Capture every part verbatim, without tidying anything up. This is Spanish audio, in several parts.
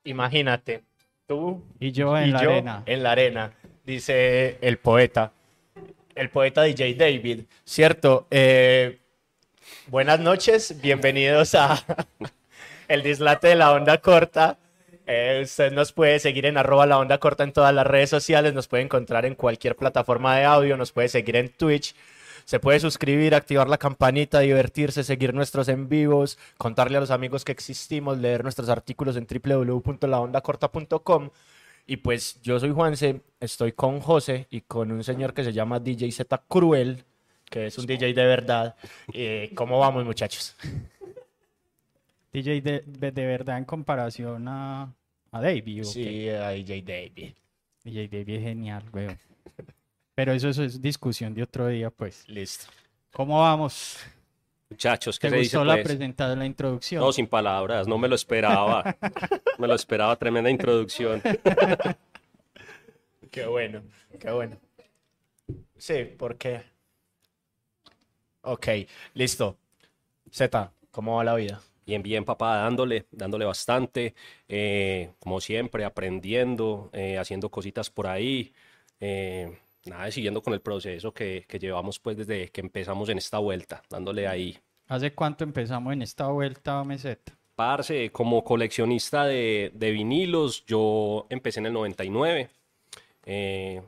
Imagínate, tú Y yo en y la yo arena. en la arena, dice el poeta, el poeta D J David, ¿cierto? Eh, buenas noches, bienvenidos a el dislate de la onda corta. Eh, usted nos puede seguir en arroba la onda corta en todas las redes sociales, nos puede encontrar en cualquier plataforma de audio, nos puede seguir en Twitch, se puede suscribir, activar la campanita, divertirse, seguir nuestros en vivos, contarle a los amigos que existimos, leer nuestros artículos en w w w punto la onda corta punto com. Y pues yo soy Juanse, estoy con José y con un señor que se llama D J Z Cruel, que es un D J de verdad. Eh, ¿Cómo vamos, muchachos? D J de, de, de verdad en comparación a, a Davey. ¿O Sí, qué? a D J David. D J Davey es genial, weón. Pero eso, eso es discusión de otro día, pues. Listo. ¿Cómo vamos? Muchachos, ¿qué ¿Te se dice, gustó la pues? presentación, la introducción? No, sin palabras, no me lo esperaba. Me lo esperaba, tremenda introducción. Qué bueno, qué bueno. Sí, porque... Ok, listo. Z, ¿cómo va la vida? Bien, bien, papá, dándole, dándole bastante. eh, como siempre, aprendiendo, eh, haciendo cositas por ahí. eh, nada, siguiendo con el proceso que, que llevamos pues desde que empezamos en esta vuelta, dándole ahí. ¿Hace cuánto empezamos en esta vuelta, meseta? Parce, como coleccionista de, de vinilos, yo empecé en el noventa y nueve. Eh,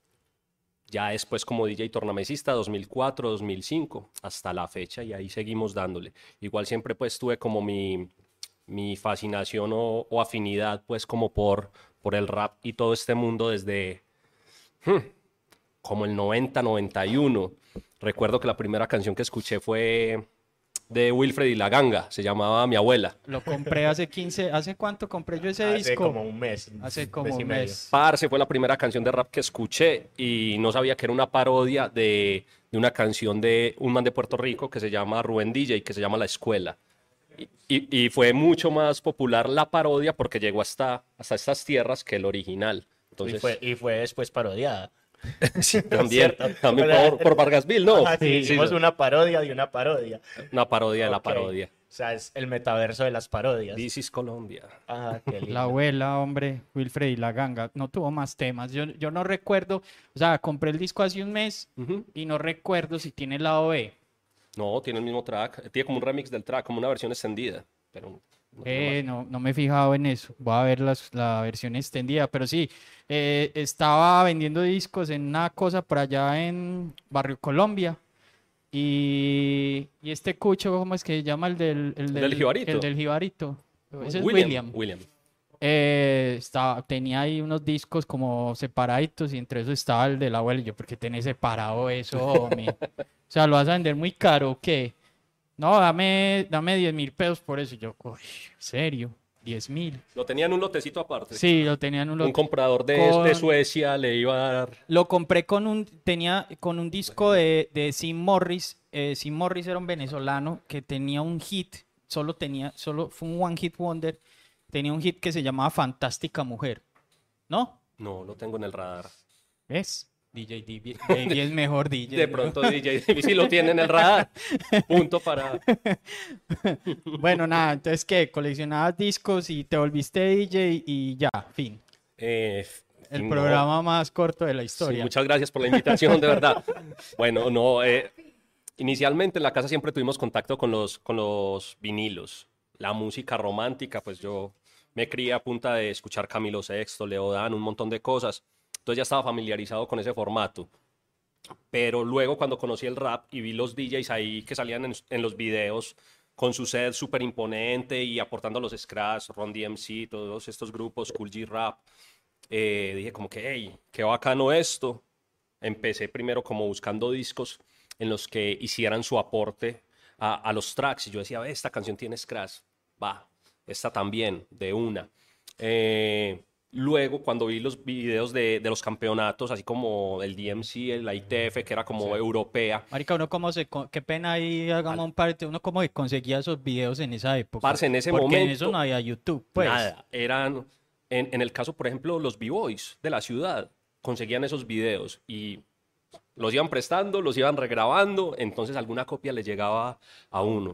ya después como D J tornamesista, dos mil cuatro, dos mil cinco, hasta la fecha, y ahí seguimos dándole. Igual siempre pues tuve como mi, mi fascinación o, o afinidad pues como por, por el rap y todo este mundo desde hmm, como el noventa, noventa y uno. Recuerdo que la primera canción que escuché fue de Wilfred y la Ganga, se llamaba Mi Abuela. Lo compré hace quince... ¿Hace cuánto compré yo ese Hace disco? como un mes. Hace un como mes y un medio. mes. Parce fue la primera canción de rap que escuché y no sabía que era una parodia de, de una canción de un man de Puerto Rico que se llama Rubén D J, que se llama La Escuela. Y, y, y fue mucho más popular la parodia porque llegó hasta, hasta estas tierras que el original. Entonces, Y, fue, y fue después parodiada. sí, también, ¿Cierto? también por, por Vargasville, ¿no? Ajá, sí, Sí, hicimos sí, una parodia de una parodia. una parodia de la Ok. parodia. O sea, es el metaverso de las parodias. This is Colombia. Ah, qué lindo. La abuela, hombre, Wilfred y la Ganga, no tuvo más temas. Yo, yo no recuerdo, o sea, compré el disco hace un mes Ujú. y no recuerdo si tiene lado B. No, tiene el mismo track. Tiene como un remix del track, como una versión extendida. Pero no tiene Eh, más. no, no me he fijado en eso. Voy a ver las- la versión extendida, pero sí, eh, estaba vendiendo discos en una cosa por allá en Barrio Colombia. Y, y este cucho, ¿cómo es que se llama? El del, el del jibarito? El del jibarito. Ese es William. William. William. Eh, estaba, tenía ahí unos discos como separaditos y entre eso estaba el del abuelo. Y yo, ¿por qué tenés separado eso, homie? O sea, ¿lo vas a vender muy caro o qué? No, dame, dame diez mil pesos por eso. Y yo, uy, ¿en serio? diez mil. Lo tenía en un lotecito aparte. Sí, lo tenían un Un lote. comprador de, con- de Suecia le iba a dar. Lo compré con un, tenía, con un disco de, de Sim Morris. Eh, Sim Morris era un venezolano que tenía un hit, solo tenía, solo fue un one hit wonder. Tenía un hit que se llamaba Fantástica Mujer. ¿No? No, lo tengo en el radar. ¿Ves? D J Davey Davey es mejor D J. De pronto D J Davey sí lo tiene en el radar. Punto para. Bueno, nada, entonces que coleccionabas discos y te volviste D J y ya, fin. Eh, El no. programa más corto de la Sí, historia. muchas gracias por la invitación, de verdad. Bueno, no, eh, inicialmente en la casa siempre tuvimos contacto con los, con los vinilos. La música romántica, pues yo me crié a punta de escuchar Camilo Sexto, Leo Dan, un montón de cosas. Entonces ya estaba familiarizado con ese formato. Pero luego cuando conocí el rap y vi los D Js ahí que salían en, en los videos con su set súper imponente y aportando los scratch, Ron D M C, todos estos grupos, Cool G Rap, eh, dije como que, hey, qué bacano esto. Empecé primero como buscando discos en los que hicieran su aporte a, a los tracks. Y yo decía, "Ve, esta canción tiene scratch, va, esta también, de una". Eh, luego, cuando vi los videos de, de los campeonatos, así como el D M C, el I T F, que era como europea, Marica, uno como se, con- qué pena ahí hagamos un parte, uno como que conseguía esos videos en esa época. parce, en ese Porque en momento, eso no había YouTube, pues. nada, eran, en, en el caso, por ejemplo, los B-Boys de la ciudad, conseguían esos videos y los iban prestando, los iban regrabando, entonces alguna copia le llegaba a uno.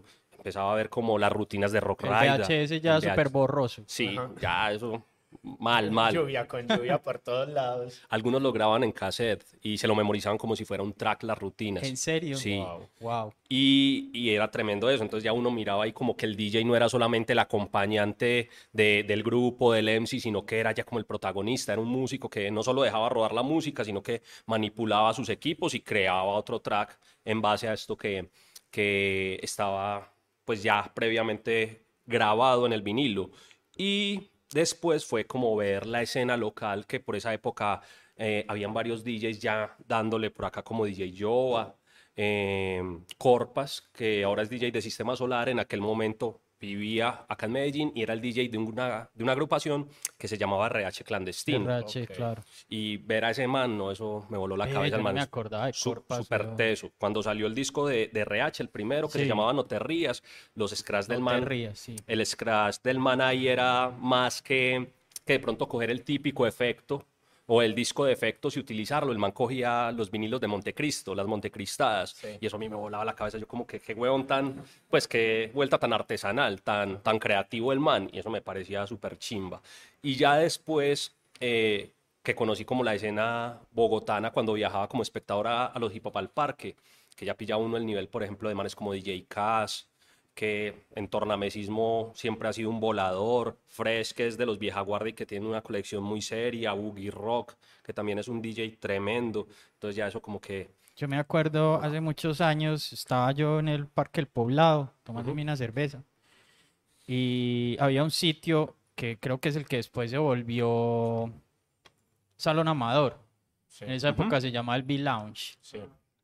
empezaba a ver como las rutinas de Rock El Rider. V H S ya el V H S. súper borroso. Sí, Ajá. ya eso, mal, mal. Lluvia con lluvia por todos lados. Algunos lo grababan en cassette y se lo memorizaban como si fuera un track las rutinas. ¿En serio? Sí. Wow. Wow. Y, y era tremendo eso, entonces ya uno miraba ahí como que el D J no era solamente el acompañante de- del grupo, del M C, sino que era ya como el protagonista, era un músico que no solo dejaba rodar la música, sino que manipulaba sus equipos y creaba otro track en base a esto que, que estaba pues ya previamente grabado en el vinilo. Y después fue como ver la escena local, que por esa época eh, habían varios D Js ya dándole por acá como D J Jova, eh, Corpas, que ahora es D J de Sistema Solar, en aquel momento vivía acá en Medellín y era el D J de una, de una agrupación que se llamaba R H Clandestino. R H, Ok. claro. Y ver a ese man, no, eso me voló la Ve, cabeza. yo El no man me es acordaba de su- Corpas, súper weón. teso. Cuando salió el disco de, de R H, el primero, que se Sí. llamaba No te rías, los scratch del No te man, rías, sí. el scratch del man ahí era más que, que de pronto coger el típico efecto o el disco de efectos y utilizarlo. El man cogía los vinilos de Montecristo, las Montecristadas, Sí. y eso a mí me volaba la cabeza. Yo como que qué huevón tan, pues qué vuelta tan artesanal, tan, tan creativo el man, y eso me parecía súper chimba. Y ya después, eh, que conocí como la escena bogotana cuando viajaba como espectador a, a los hip hop al parque, que ya pilla uno el nivel, por ejemplo, de manes como D J Cass, que en tornamesismo siempre ha sido un volador, Fresh, que es de los vieja guardia y que tiene una colección muy seria, Boogie Rock, que también es un D J tremendo, entonces ya eso como que... Yo me acuerdo hace muchos años, estaba yo en el Parque El Poblado tomándome Ujú. una cerveza y había un sitio que creo que es el que después se volvió Salón Amador. Sí. En esa época se llamaba el V-Lounge. Sí.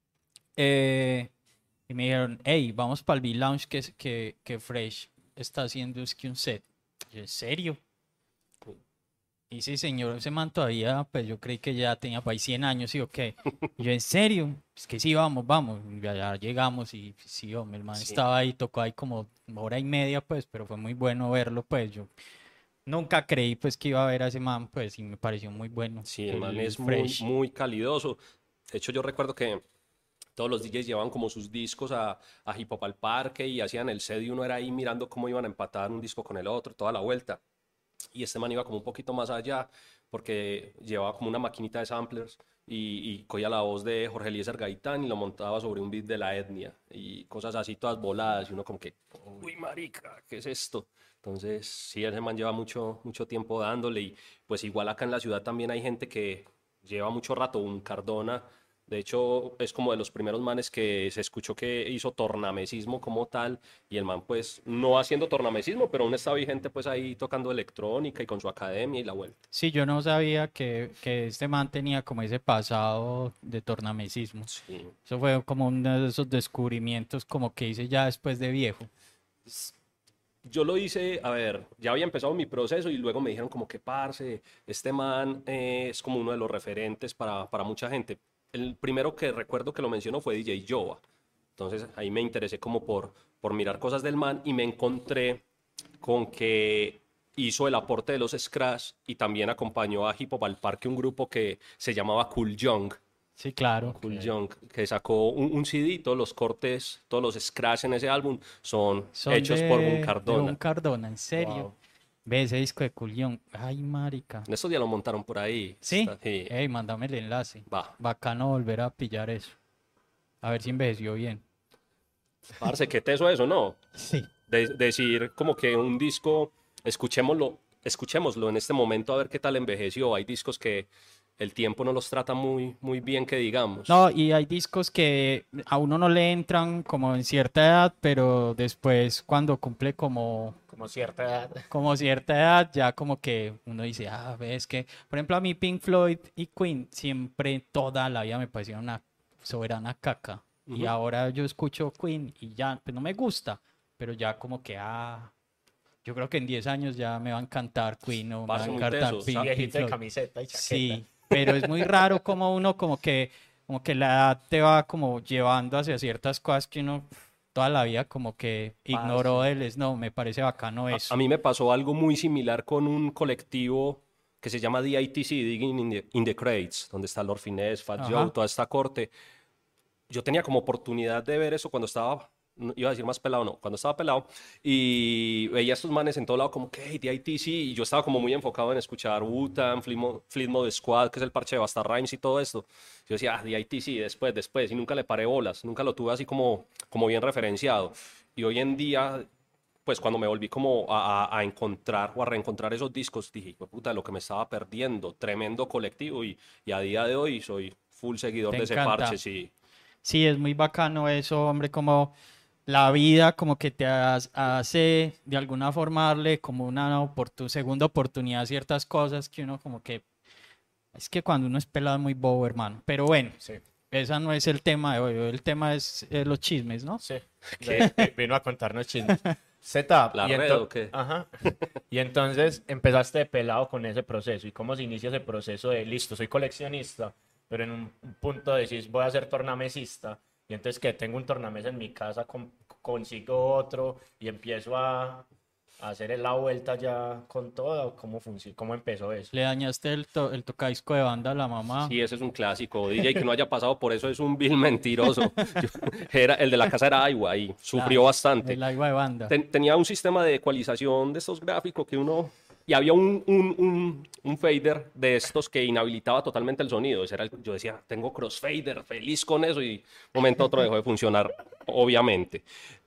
Eh, y me dijeron, hey, vamos para el V-Lounge que, es- que, que Fresh está haciendo es que un set. Y yo, ¿en serio? Y sí, señor, ese man todavía, pues yo creí que ya tenía para ahí cien años, ¿sí o qué? Y yo, ¿en serio? Es que sí, vamos, vamos. Y ya llegamos y sí, hombre, el man Sí. estaba ahí, tocó ahí como hora y media, pues, pero fue muy bueno verlo, pues yo nunca creí, pues, que iba a ver a ese man, pues, y me pareció muy bueno. Sí, el man es muy, Fresh. muy calidoso. De hecho, yo recuerdo que todos los D Js llevaban como sus discos a, a Hip Hop al Parque y hacían el set y uno era ahí mirando cómo iban a empatar un disco con el otro, toda la vuelta. Y este man iba como un poquito más allá porque llevaba como una maquinita de samplers y, y cogía la voz de Jorge Eliezer Gaitán y lo montaba sobre un beat de La Etnia y cosas así todas voladas y uno como que, uy marica, ¿qué es esto? Entonces sí, ese man lleva mucho, mucho tiempo dándole y pues igual acá en la ciudad también hay gente que lleva mucho rato, un Cardona. De hecho, es como de los primeros manes que se escuchó que hizo tornamesismo como tal, y el man pues no haciendo tornamesismo, pero aún está vigente pues ahí tocando electrónica y con su academia y la vuelta. Sí, yo no sabía que, que este man tenía como ese pasado de tornamesismo. Sí. Eso fue como uno de esos descubrimientos como que hice ya después de viejo. Yo lo hice, a ver, ya había empezado mi proceso y luego me dijeron como que parce, este man eh, es como uno de los referentes para, para mucha gente. El primero que recuerdo que lo mencionó fue D J Jova. Entonces ahí me interesé como por, por mirar cosas del man y me encontré con que hizo el aporte de los scratch y también acompañó a Hip Hop al Parque un grupo que se llamaba Cool Young. Sí, claro. Cool Young, que sacó un, un C D, todos los cortes, todos los scratch en ese álbum son, Son hechos de, por Gun de Cardona. Gun Cardona, en serio. Wow. Ve ese disco de Culión. Ay, marica. En estos días lo montaron por ahí. ¿Sí? Está- sí. Ey, mándame el enlace. Va. Bacano volver a pillar eso. A ver si envejeció bien. Parce, qué teso eso, ¿no? Sí. De- decir como que un disco, escuchémoslo, escuchémoslo en este momento a ver qué tal envejeció. Hay discos que el tiempo no los trata muy, muy bien, que digamos. No, y hay discos que a uno no le entran como en cierta edad, pero después cuando cumple como, Como cierta edad. como cierta edad, ya como que uno dice, ah, ves que, por ejemplo, a mí Pink Floyd y Queen siempre toda la vida me parecieron una soberana caca. Y Ujú. ahora yo escucho Queen y ya, pues no me gusta, pero ya como que, ah, yo creo que en diez años ya me va a encantar Queen o me va a Parce, muy encantar tesos, Pink, ¿sabes? Pink Viejito de Floyd. camiseta y chaqueta. Sí, pero es muy raro como uno como que como que la edad te va como llevando hacia ciertas cosas que uno toda la vida como que ignoró él, no, me parece bacano A, eso. a mí me pasó algo muy similar con un colectivo que se llama D I T C, Digging in the, in the Crates, donde está Lord Finesse, Fat Ajá. Joe, toda esta corte. Yo tenía como oportunidad de ver eso cuando estaba no, iba a decir más pelado, no, cuando estaba pelado, y veía a estos manes en todo lado como que, hey, D I T C, y yo estaba como muy enfocado en escuchar Wu-Tang, Fleet Mode Squad, que es el parche de Basta Rhymes y todo esto. Yo decía, ah, D I T C, después, después, y nunca le paré bolas, nunca lo tuve así como, como bien referenciado. Y hoy en día, pues cuando me volví como a, a, a encontrar o a reencontrar esos discos, dije, puta, lo que me estaba perdiendo, tremendo colectivo, y, y a día de hoy soy full seguidor Te de ese encanta. parche, sí. Sí, es muy bacano eso, hombre, como la vida como que te has- hace de alguna forma darle como una oportu- segunda oportunidad a ciertas cosas que uno como que... Es que cuando uno es pelado es muy bobo, hermano. Pero bueno, Sí, ese no es el tema de hoy. Hoy el tema es eh, los chismes, ¿no? sí. De- vi- vino a contarnos chismes. Z, ¿La y, red ento- o qué? Ajá. Y entonces empezaste de pelado con ese proceso. ¿Y cómo se inicia ese proceso de, listo, soy coleccionista, pero en un punto decís, voy a ser tornamesista? Y entonces que tengo un tornamesa en mi casa, con- consigo otro y empiezo a, a hacer la vuelta ya con todo. ¿Cómo funciona? ¿Cómo empezó eso? Le dañaste el, to- el tocadisco de banda a la mamá. Sí, ese es un clásico. D J que no haya pasado por eso es un vil mentiroso. Yo- era, el de la casa era Aiwa y sufrió La- bastante. El agua de banda. Ten- tenía un sistema de ecualización de estos gráficos que uno... Y había un, un, un, un fader de estos que inhabilitaba totalmente el sonido. Ese era el- yo decía, tengo crossfader, feliz con eso. Y un momento a otro dejó de funcionar, obviamente.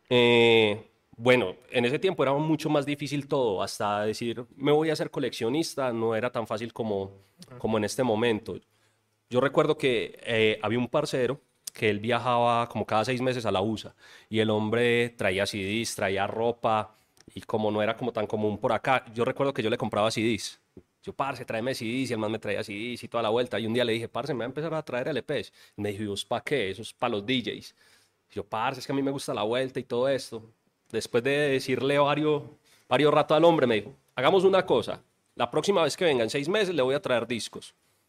Eh, bueno, en ese tiempo era mucho más difícil todo. Hasta decir, me voy a hacer coleccionista, no era tan fácil como, como en este momento. Yo recuerdo que eh, había un parcero que él viajaba como cada seis meses a la U S A y el hombre traía C Ds, traía ropa y como no era como tan común por acá, yo recuerdo que yo le compraba C Ds. Yo, parce, tráeme C Ds y el man me traía C Ds y toda la vuelta. Y un día le dije, parce, me va a empezar a traer L Ps. Y me dijo, ¿y vos para qué? Eso es para los D Js. Y yo, parce, es que a mí me gusta la vuelta y todo esto. Después de decirle varios, varios ratos al hombre, me dijo, hagamos una cosa. La próxima vez que venga en seis meses le voy a traer discos.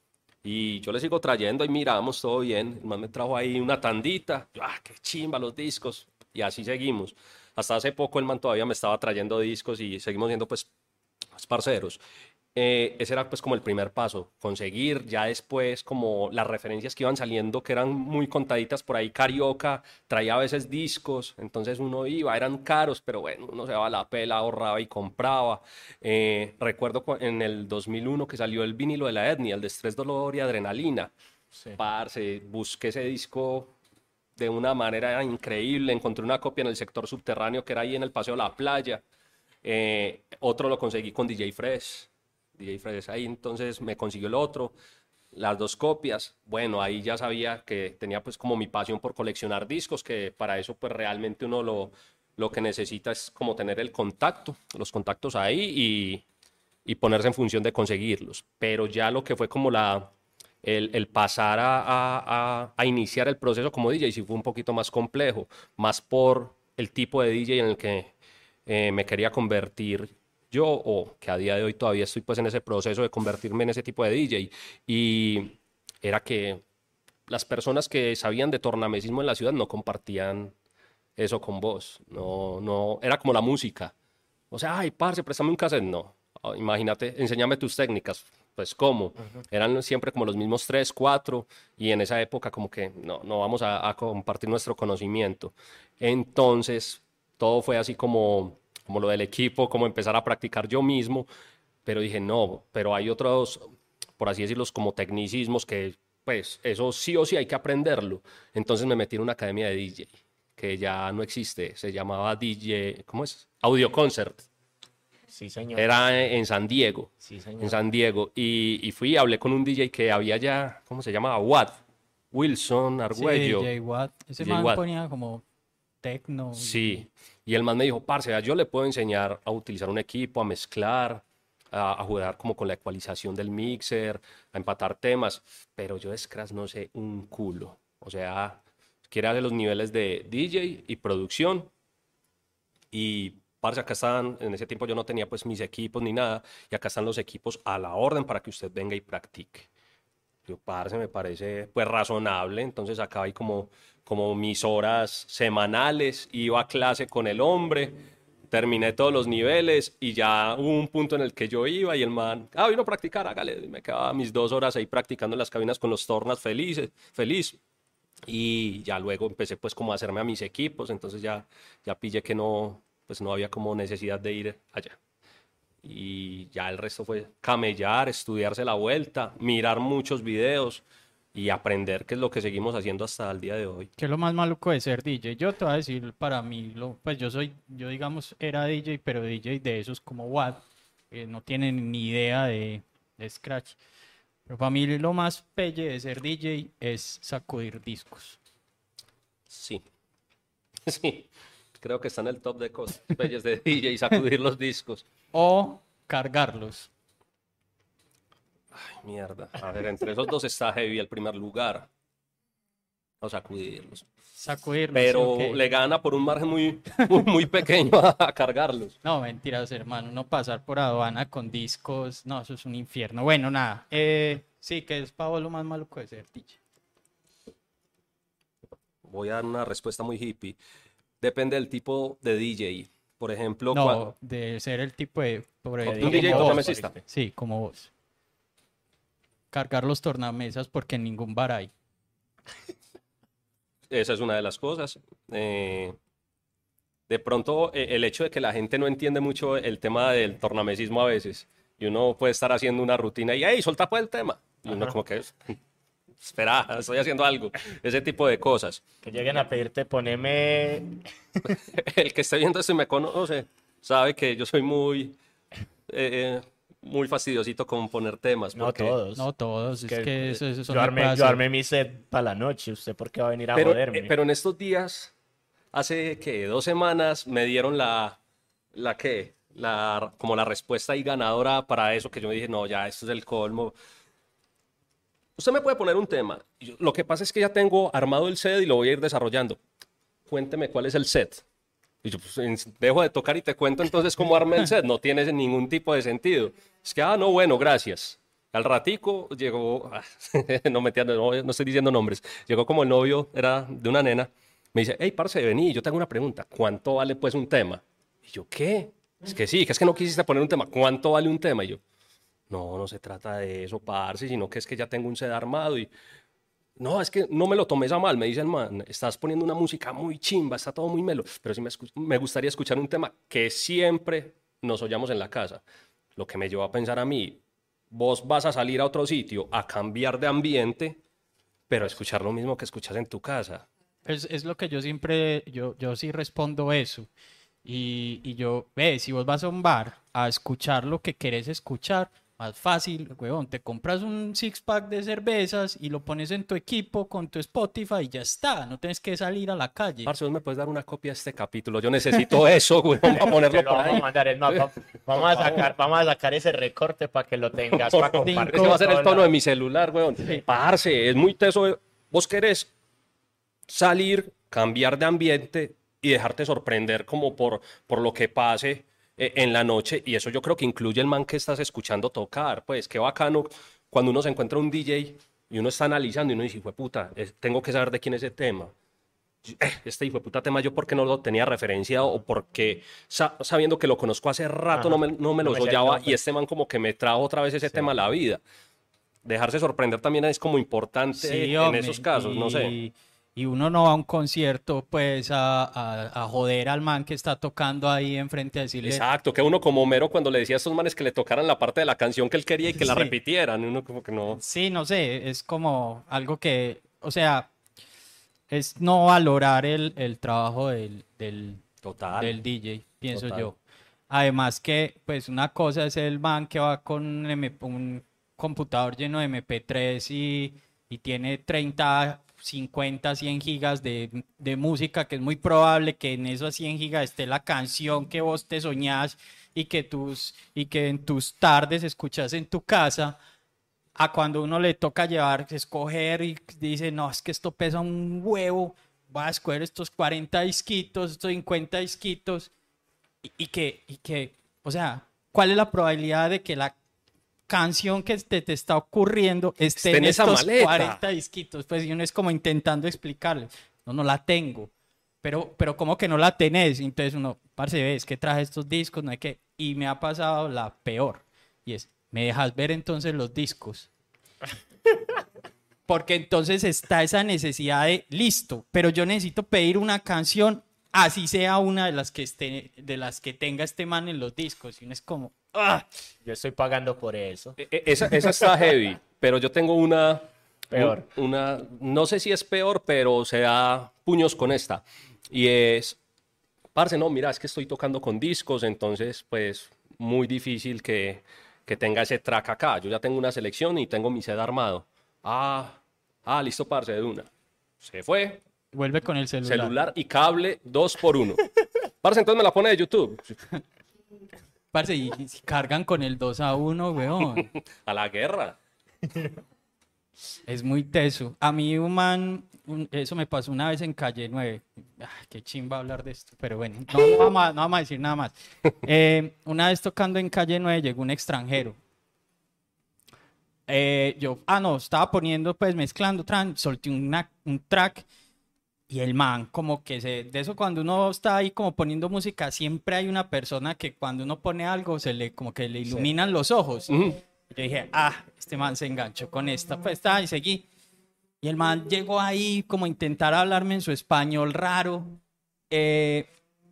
Y yo le sigo trayendo y miramos todo bien. El man me trajo ahí una tandita. Yo, ah, qué chimba los discos. Y así seguimos. Hasta hace poco el man todavía me estaba trayendo discos y seguimos siendo pues parceros. Eh, ese era pues como el primer paso, conseguir ya después como las referencias que iban saliendo que eran muy contaditas por ahí. Carioca traía a veces discos, entonces uno iba, eran caros, pero bueno, uno se daba la pela, ahorraba y compraba. Eh, recuerdo cu- en el dos mil uno que salió el vinilo de la etnia, el de Estrés, Dolor y Adrenalina. Sí. Parce, busqué ese disco de una manera increíble, encontré una copia en el sector subterráneo que era ahí en el Paseo La Playa. Eh, otro lo conseguí con D J Fresh. D J Fresh ahí, entonces me consiguió el otro, las dos copias. Bueno, ahí ya sabía que tenía pues como mi pasión por coleccionar discos, que para eso pues realmente uno lo, lo que necesita es como tener el contacto, los contactos ahí y, y ponerse en función de conseguirlos. Pero ya lo que fue como la, el, el pasar a, a, a, a iniciar el proceso como D J sí fue un poquito más complejo, más por el tipo de D J en el que eh, me quería convertir yo, o que a día de hoy todavía estoy pues en ese proceso de convertirme en ese tipo de D J. Y era que las personas que sabían de tornamesismo en la ciudad no compartían eso con vos. No, no, era como la música. O sea, ay, parce, préstame un cassette. No, ah, imagínate, enséñame tus técnicas. Pues, ¿cómo? Eran siempre como los mismos tres, cuatro, y en esa época como que no, no vamos a, a compartir nuestro conocimiento. Entonces, todo fue así como, como lo del equipo, como empezar a practicar yo mismo, pero dije, no, pero hay otros, por así decirlos, como tecnicismos que, pues, eso sí o sí hay que aprenderlo. Entonces me metí en una academia de D J, que ya no existe, se llamaba D J, ¿cómo es? Audio Concert. Sí, señor. Era en San Diego, Sí, señor. en San Diego, y, y fui, hablé con un D J que había ya, ¿cómo se llamaba? Watt, Wilson Sí, Argüello. D J Watt. Ese D J man Watt. ponía como tecno. y- Sí, y el man me dijo, parce, vea, yo le puedo enseñar a utilizar un equipo, a mezclar, a, a jugar como con la ecualización del mixer, a empatar temas, pero yo de Scratch no sé un culo. O sea, quiere hacer los niveles de D J y producción. Y, parce, acá están, en ese tiempo yo no tenía pues mis equipos ni nada, y acá están los equipos a la orden para que usted venga y practique. Yo, parce, me parece pues razonable. Entonces acá hay como, como mis horas semanales, iba a clase con el hombre, terminé todos los niveles y ya hubo un punto en el que yo iba y el man, ah, vino a practicar, hágale. Y me quedaba mis dos horas ahí practicando en las cabinas con los tornas felices, feliz. Y ya luego empecé pues como a hacerme a mis equipos, entonces ya, ya pillé que no, pues no había como necesidad de ir allá. Y ya el resto fue camellar, estudiarse la vuelta, mirar muchos videos y aprender, que es lo que seguimos haciendo hasta el día de hoy. ¿Qué es lo más maluco de ser D J? Yo te voy a decir, para mí, lo, pues yo soy, yo digamos, era D J, pero D J de esos como Watt, que no tienen ni idea de, de Scratch. Pero para mí lo más pelle de ser D J es sacudir discos. Sí, sí, creo que está en el top de cosas bellas de D J y sacudir los discos. O cargarlos. Ay, mierda. A ver, entre esos dos está heavy el primer lugar. O sacudirlos. Sacudirlos. Pero ¿Sí, o qué? le gana por un margen muy, muy, muy pequeño a, a cargarlos. No, mentiras, hermano. No pasar por aduana con discos. No, eso es un infierno. Bueno, nada. Eh, sí, que es para vos lo más maluco de ser D J. Voy a dar una respuesta muy hippie. Depende del tipo de D J. Por ejemplo, No, cua- de ser el tipo de... por un ejemplo, D J como vos. tornamesista. Sí, como vos. Cargar los tornamesas porque en ningún bar hay. Esa es una de las cosas. Eh, de pronto, eh, el hecho de que la gente no entiende mucho el tema del tornamesismo a veces, y uno puede estar haciendo una rutina y, hey, solta pues el tema. Y uno Ajá. como que, espera, estoy haciendo algo. Ese tipo de cosas. Que lleguen a pedirte, poneme... El que esté viendo esto y me conoce, sabe que yo soy muy, eh, muy fastidiosito con poner temas. No porque- todos. No todos, es que, eso, eso yo, no armé, puede yo hacer. armé mi set para la noche. ¿Usted por qué va a venir a Pero, joderme? eh, pero en estos días, hace que dos semanas, me dieron la, la que, la, como la respuesta ahí ganadora para eso, que yo dije, no, ya, esto es el colmo. Usted me puede poner un tema. Yo- lo que pasa es que ya tengo armado el set y lo voy a ir desarrollando. Cuénteme cuál es el set. Y yo, pues, en- dejo de tocar y te cuento entonces cómo armé el set. No tiene ningún tipo de sentido. Es que, ah, no, bueno, gracias. Al ratico llegó, ah, no, me entiendo, no, no estoy diciendo nombres, llegó como el novio, era de una nena, me dice, hey, parce, vení, yo tengo una pregunta, ¿cuánto vale pues un tema? Y yo, ¿qué? Es que sí, que es que no quisiste poner un tema, ¿cuánto vale un tema? Y yo, no, no se trata de eso, parce, sino que es que ya tengo un set armado y, no, es que no me lo tomes a mal, me dice el man, estás poniendo una música muy chimba, está todo muy melo, pero sí me, escu- me gustaría escuchar un tema que siempre nos oyamos en la casa. Lo que me llevó a pensar a mí, vos vas a salir a otro sitio a cambiar de ambiente, pero a escuchar lo mismo que escuchas en tu casa. Es, es lo que yo siempre, yo, yo sí respondo eso. Y, y yo, ve, si vos vas a un bar a escuchar lo que querés escuchar, más fácil, huevón, te compras un six pack de cervezas y lo pones en tu equipo con tu Spotify y ya está, no tienes que salir a la calle. Parce, vos me puedes dar una copia de este capítulo. Yo necesito eso, güey, para Te ponerlo lo por vamos a ahí. mandar, es más, va- vamos, a sacar, vamos a sacar ese recorte para que lo tengas para compartir. Ese va a ser el con tono la- de mi celular, weón. Parce, es muy teso. Vos querés salir, cambiar de ambiente y dejarte sorprender como por, por lo que pase eh, en la noche. Y eso yo creo que incluye el man que estás escuchando tocar. Pues qué bacano cuando uno se encuentra un D J y uno está analizando y uno dice, hijo de puta, eh, tengo que saber de quién es ese tema. Eh, Este hijo de puta tema yo porque no lo tenía referencia o porque sa- sabiendo que lo conozco hace rato Ajá. no me, no me No lo me sé el soñaba nombre. y este man como que me trajo otra vez ese Sí. tema a la vida. Dejarse sorprender también es como importante Sí, en hombre, esos casos, no sé. y, y uno no va a un concierto pues a, a, a joder al man que está tocando ahí enfrente a decirle, Exacto, que uno como Homero cuando le decía a estos manes que le tocaran la parte de la canción que él quería y que la Sí. repitieran, y uno como que no. sí, no sé, es como algo que, o sea, es no valorar el, el trabajo del, del, Total. del D J, pienso Total. yo. Además que, pues una cosa es el man que va con un, M- un computador lleno de M P tres y, y tiene treinta, cincuenta, cien gigas de, de música, que es muy probable que en esos cien gigas esté la canción que vos te soñás y que, tus, y que en tus tardes escuchas en tu casa, a cuando uno le toca llevar, escoger y dice, no, es que esto pesa un huevo, voy a escoger estos cuarenta disquitos, estos cincuenta disquitos, y, y que, y que, o sea, ¿cuál es la probabilidad de que la canción que te, te está ocurriendo esté Esté en en esa estos maleta? cuarenta disquitos? Pues y uno es como intentando explicarle, no, no la tengo, pero, pero ¿cómo que no la tenés? Entonces uno, parce, ve, es que traje estos discos, no hay que, y me ha pasado la peor, y es, ¿me dejas ver entonces los discos? Porque entonces está esa necesidad de, listo, pero yo necesito pedir una canción, así sea una de las que, esté, de las que tenga este man en los discos. Y uno es como, ¡ah! Yo estoy pagando por eso. E- e- Esa, esa está heavy, pero yo tengo una... Peor. un- Una, no sé si es peor, pero se da puños con esta. Y es, parce, no, mira, es que estoy tocando con discos, entonces, pues, muy difícil que, que tenga ese track acá. Yo ya tengo una selección y tengo mi set armado. Ah, ah, listo, parce, de una. Se fue, Vuelve con el celular. celular y cable, dos por uno. Parce, entonces me la pone de YouTube. Parce, y, y si cargan con el dos a uno, weón. A la guerra. Es muy teso. A mí, un man, un- eso me pasó una vez en Calle nueve. Ah, qué chimba hablar de esto, pero bueno, no, no vamos, a, no vamos a decir nada más. Eh, una vez tocando en Calle nueve llegó un extranjero. Eh, yo, ah, no, estaba poniendo, pues mezclando, tran, solté una- un track y el man, como que se, de eso cuando uno está ahí como poniendo música, siempre hay una persona que cuando uno pone algo se le, como que le iluminan los ojos. Ujú. Yo dije, ah, este man se enganchó con esta, pues está, y seguí. Y el man llegó ahí como a intentar hablarme en su español raro. eh,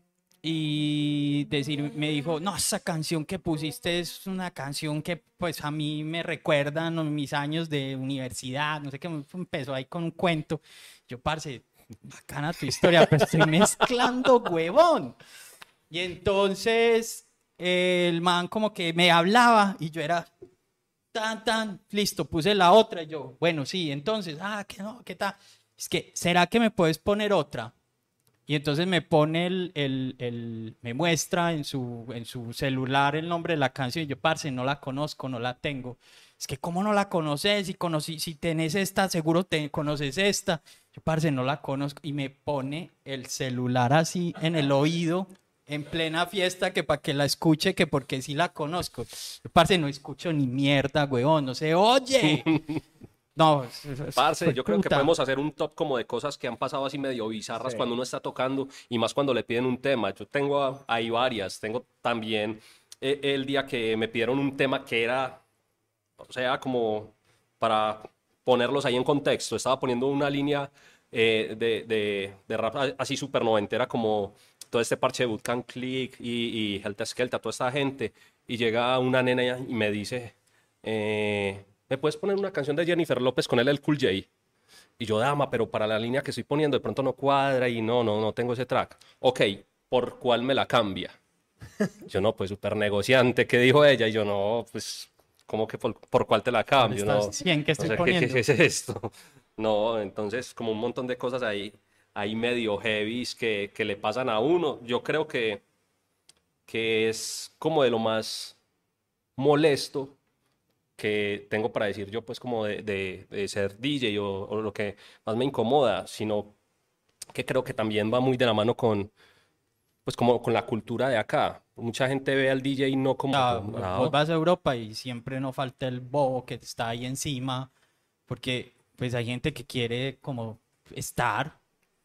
y decir, me dijo, no, esa canción que pusiste es una canción que pues a mí me recuerdan mis años de universidad, no sé qué, empezó ahí con un cuento. Yo, parce, bacana tu historia, pero estoy mezclando, huevón. Y entonces eh, el man como que me hablaba y yo era tan, tan, listo, puse la otra y yo, bueno, sí, entonces, ah, que no, ¿qué tal? Es que, ¿será que me puedes poner otra? Y entonces me pone el, el, el me muestra en su, en su celular el nombre de la canción y yo, parce, no la conozco, no la tengo. Es que, ¿cómo no la conoces? Si, conocí, si tenés esta, seguro te conoces esta. Yo, parce, no la conozco. Y me pone el celular así en el oído, en plena fiesta, que para que la escuche, que porque sí la conozco. Yo, parce, no escucho ni mierda, weón, no se oye. No, es- es- Parce, fue yo creo que puta. podemos hacer un top como de cosas que han pasado así medio bizarras Sí. cuando uno está tocando y más cuando le piden un tema. Yo tengo a- ahí varias. Tengo también eh, el día que me pidieron un tema que era, o sea, como para ponerlos ahí en contexto. Estaba poniendo una línea eh, de, de, de rap a- así súper noventera como todo este parche de Bootcamp Click y, y Helta Skelta, toda esta gente. Y llega una nena y me dice... eh, ¿me puedes poner una canción de Jennifer López con él, el Cool J? Y yo, dama, pero para la línea que estoy poniendo de pronto no cuadra y no, no, no tengo ese track. Ok, ¿por cuál me la cambia? Yo no, pues súper negociante, ¿qué dijo ella? Y yo no, pues, ¿cómo que por, por cuál te la cambio? Estas No, cien que o estoy sea, ¿qué, poniendo. qué es esto? No, entonces como un montón de cosas ahí, ahí medio heavies que, que le pasan a uno. Yo creo que, que es como de lo más molesto que tengo para decir yo, pues como de, de- de ser D J o, o lo que más me incomoda, sino que creo que también va muy de la mano con, pues como con la cultura de acá. Mucha gente ve al D J no como... sea, como, vos "Ah, vas a Europa y siempre no falta el bobo que está ahí encima, porque pues hay gente que quiere como estar,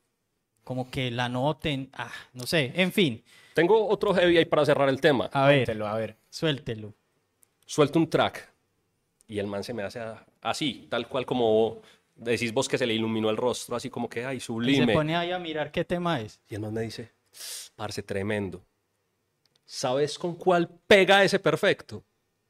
como que la noten, ah, no sé, en fin, Tengo otro heavy ahí para cerrar el tema. a ver, Cuéntelo, a ver. suéltelo. Suelto un track y el man se me hace a- así, tal cual como decís vos que se le iluminó el rostro, así como que, ay, Y se sublime. pone ahí a mirar qué tema es. Y el man me dice, parce, tremendo. ¿Sabes con cuál pega ese perfecto?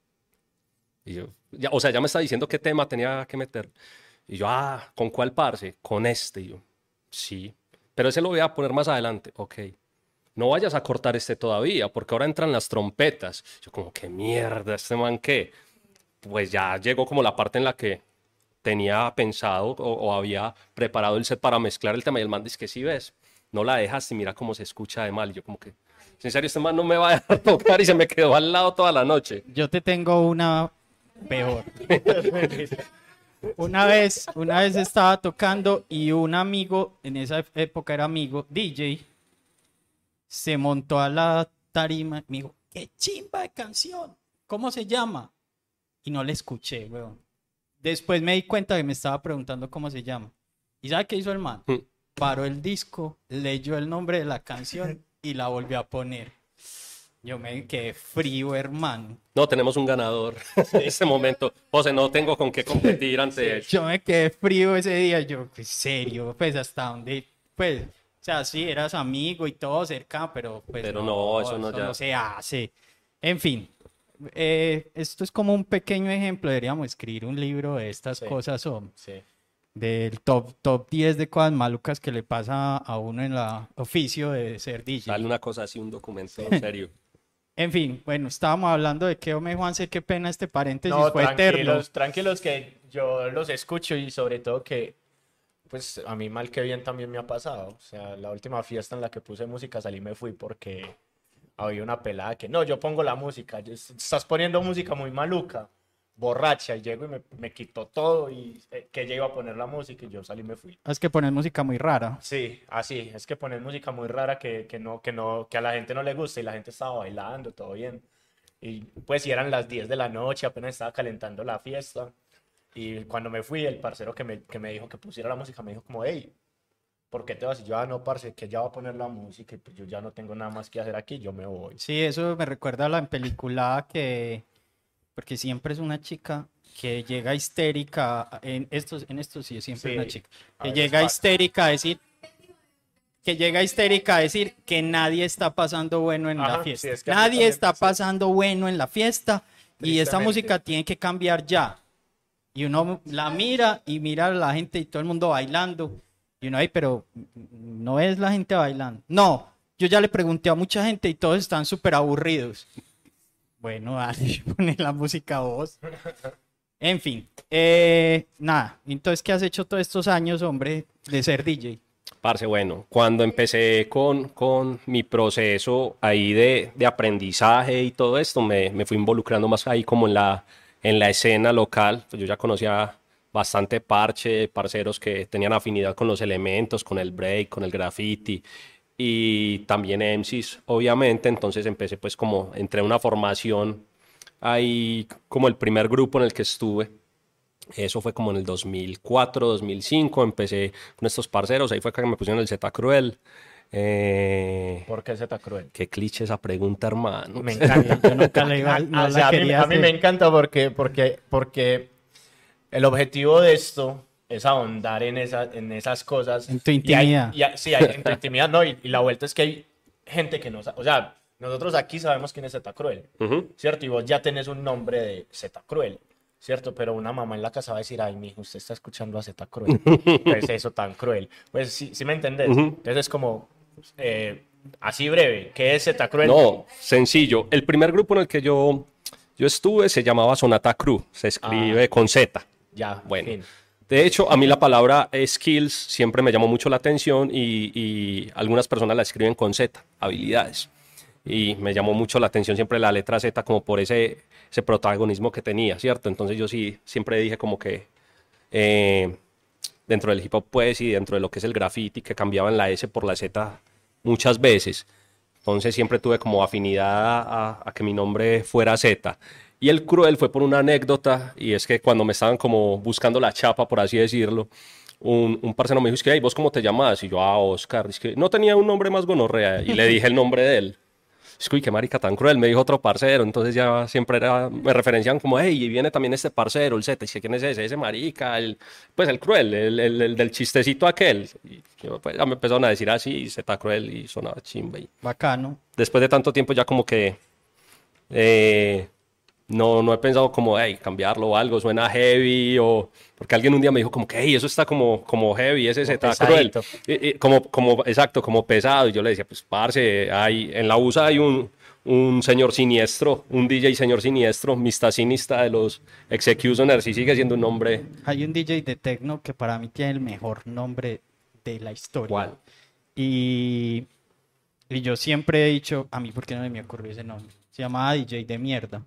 Y yo, ya, o sea, ya me está diciendo qué tema tenía que meter. Y yo, ah, ¿con cuál, parce? Con este. Y yo, sí. Pero ese lo voy a poner más adelante. Ok. No vayas a cortar este todavía, porque ahora entran las trompetas. Yo como, qué mierda, este man, ¿qué? Pues ya llegó como la parte en la que tenía pensado o, o había preparado el set para mezclar el tema y el man dice que sí ves, no la dejas y mira cómo se escucha de mal. Y yo como que, en serio, este man no me va a dejar tocar y se me quedó al lado toda la noche. Yo te tengo una peor. Una vez, una vez estaba tocando y un amigo, en esa época era amigo, D J, se montó a la tarima y me dijo, ¡qué chimba de canción! ¿Cómo se llama? Y no le escuché, weón. Después me di cuenta que me estaba preguntando cómo se llama. ¿Y sabe qué hizo el man? Mm. Paró el disco, leyó el nombre de la canción y la volvió a poner. Yo me quedé frío, hermano. No, tenemos un ganador en este momento. José, no tengo con qué competir ante él. Yo me quedé frío ese día. Yo, en serio, pues hasta dónde, pues, o sea, sí, eras amigo y todo cerca, pero pues Pero no, eso no ya- se hace. En fin, eh, esto es como un pequeño ejemplo. Deberíamos escribir un libro de estas Sí. cosas, o Sí. del top, top diez de cosas malucas que le pasa a uno en la oficio de ser D J. Dale una cosa así, un documento en serio. En fin, bueno, estábamos hablando de que, hombre, Juanse, qué pena este paréntesis, No, fue eterno. tranquilos, tranquilos que yo los escucho y sobre todo que, pues a mí mal que bien también me ha pasado. O sea, la última fiesta en la que puse música salí y me fui porque había una pelada que, no, yo pongo la música, yo- estás poniendo música muy maluca, borracha, y llego y me, me quitó todo y eh, que ella iba a poner la música y yo salí y me fui. Es que pones música muy rara. Sí, así, es que poner música muy rara que, que no, que no, que a la gente no le gusta y la gente estaba bailando, todo bien. Y pues si eran las diez de la noche, apenas estaba calentando la fiesta. Y cuando me fui, el parcero que me, que me dijo que pusiera la música me dijo como, hey, ¿por qué te vas? Y yo, ah, no, parce, que ya va a poner la música y pues yo ya no tengo nada más que hacer aquí, yo me voy. Sí, eso me recuerda a la película que, porque siempre es una chica que llega histérica, en estos, en estos sí, siempre Sí, es una chica, a que veces llega pasa. histérica a decir, que llega histérica a decir que nadie está pasando bueno en Ajá, la sí, fiesta. es que a mí Nadie también, está sí. pasando bueno en la fiesta y esta Tristemente. música tiene que cambiar ya. Y uno la mira y mira a la gente y todo el mundo bailando. Y uno ahí, pero no es la gente bailando. No, yo ya le pregunté a mucha gente y todos están súper aburridos. Bueno, dale, pone la música a vos. En fin, eh, nada. Entonces, ¿qué has hecho todos estos años, hombre, de ser D J? Parce, bueno, cuando empecé con, con mi proceso ahí de, de aprendizaje y todo esto, me, me fui involucrando más ahí como en la, en la escena local. Pues yo ya conocía bastante parche, parceros que tenían afinidad con los elementos, con el break, con el graffiti y también M Cs, obviamente. Entonces empecé pues como, entré a una formación ahí como el primer grupo en el que estuve. Eso fue como en el dos mil cuatro, dos mil cinco, empecé con estos parceros, ahí fue que me pusieron el Z Cruel. Eh, ¿Por qué Z Cruel? qué cliché esa pregunta, hermano. Me encanta. Yo nunca le iba, A- no o sea, la a mí, quería a mí me hacer. encanta porque, porque, porque el objetivo de esto es ahondar en, esa, en esas cosas. En tu Y hay- intimidad. y hay- sí, hay, en tu intimidad, no. Y, y la vuelta es que hay gente que no sabe. O sea, nosotros aquí sabemos quién es Z Cruel, Ujú. ¿cierto? Y vos ya tenés un nombre de Z Cruel, ¿cierto? Pero una mamá en la casa va a decir, ay, mijo, usted está escuchando a Z Cruel. ¿Qué es eso tan cruel? Pues sí, sí me entendés. Ujú. Entonces es como, eh, así breve, ¿qué es Z Cruel? No, sencillo. El primer grupo en el que yo, yo estuve se llamaba Sonata Crew, se escribe con Z. Ya, Bueno, fin. de hecho, a mí la palabra skills siempre me llamó mucho la atención y, y algunas personas la escriben con Z, habilidades. Y me llamó mucho la atención siempre la letra Z como por ese, ese protagonismo que tenía, ¿cierto? Entonces yo sí siempre dije como que eh, dentro del hip hop pues y dentro de lo que es el graffiti que cambiaban la S por la Z muchas veces. Entonces siempre tuve como afinidad a, a que mi nombre fuera Z. Y el Cruel fue por una anécdota, y es que cuando me estaban como buscando la chapa, por así decirlo, un, un parcero me dijo, es que, hey, ¿vos cómo te llamas? Y yo, ah, Oscar, es que no tenía un nombre más gonorrea, y le dije el nombre de él. Es que, uy, qué marica tan cruel, me dijo otro parcero, entonces ya siempre era, me referencian como, hey, y viene también este parcero, el Z, y que quién es ese, ese marica, el, pues el cruel, el, el, el del chistecito aquel. Y yo, pues ya me empezaron a decir así, y Z cruel, y sonaba chimba. Y Bacano. después de tanto tiempo ya como que eh, no, no he pensado como, hey, cambiarlo o algo, suena heavy, o porque alguien un día me dijo como que, hey, eso está como, como heavy, ese Como Z cruel. pesadito. Y- y como, como, exacto, como pesado. Y yo le decía, pues, parce, hay, en la U S A hay un, un señor siniestro, un D J señor siniestro, mistacinista de los Executioners, y sigue siendo un nombre. Hay un D J de techno que para mí tiene el mejor nombre de la historia. ¿Cuál? Y, y yo siempre he dicho, a mí, ¿por qué no me ocurrió ese nombre? Se llamaba D J de mierda.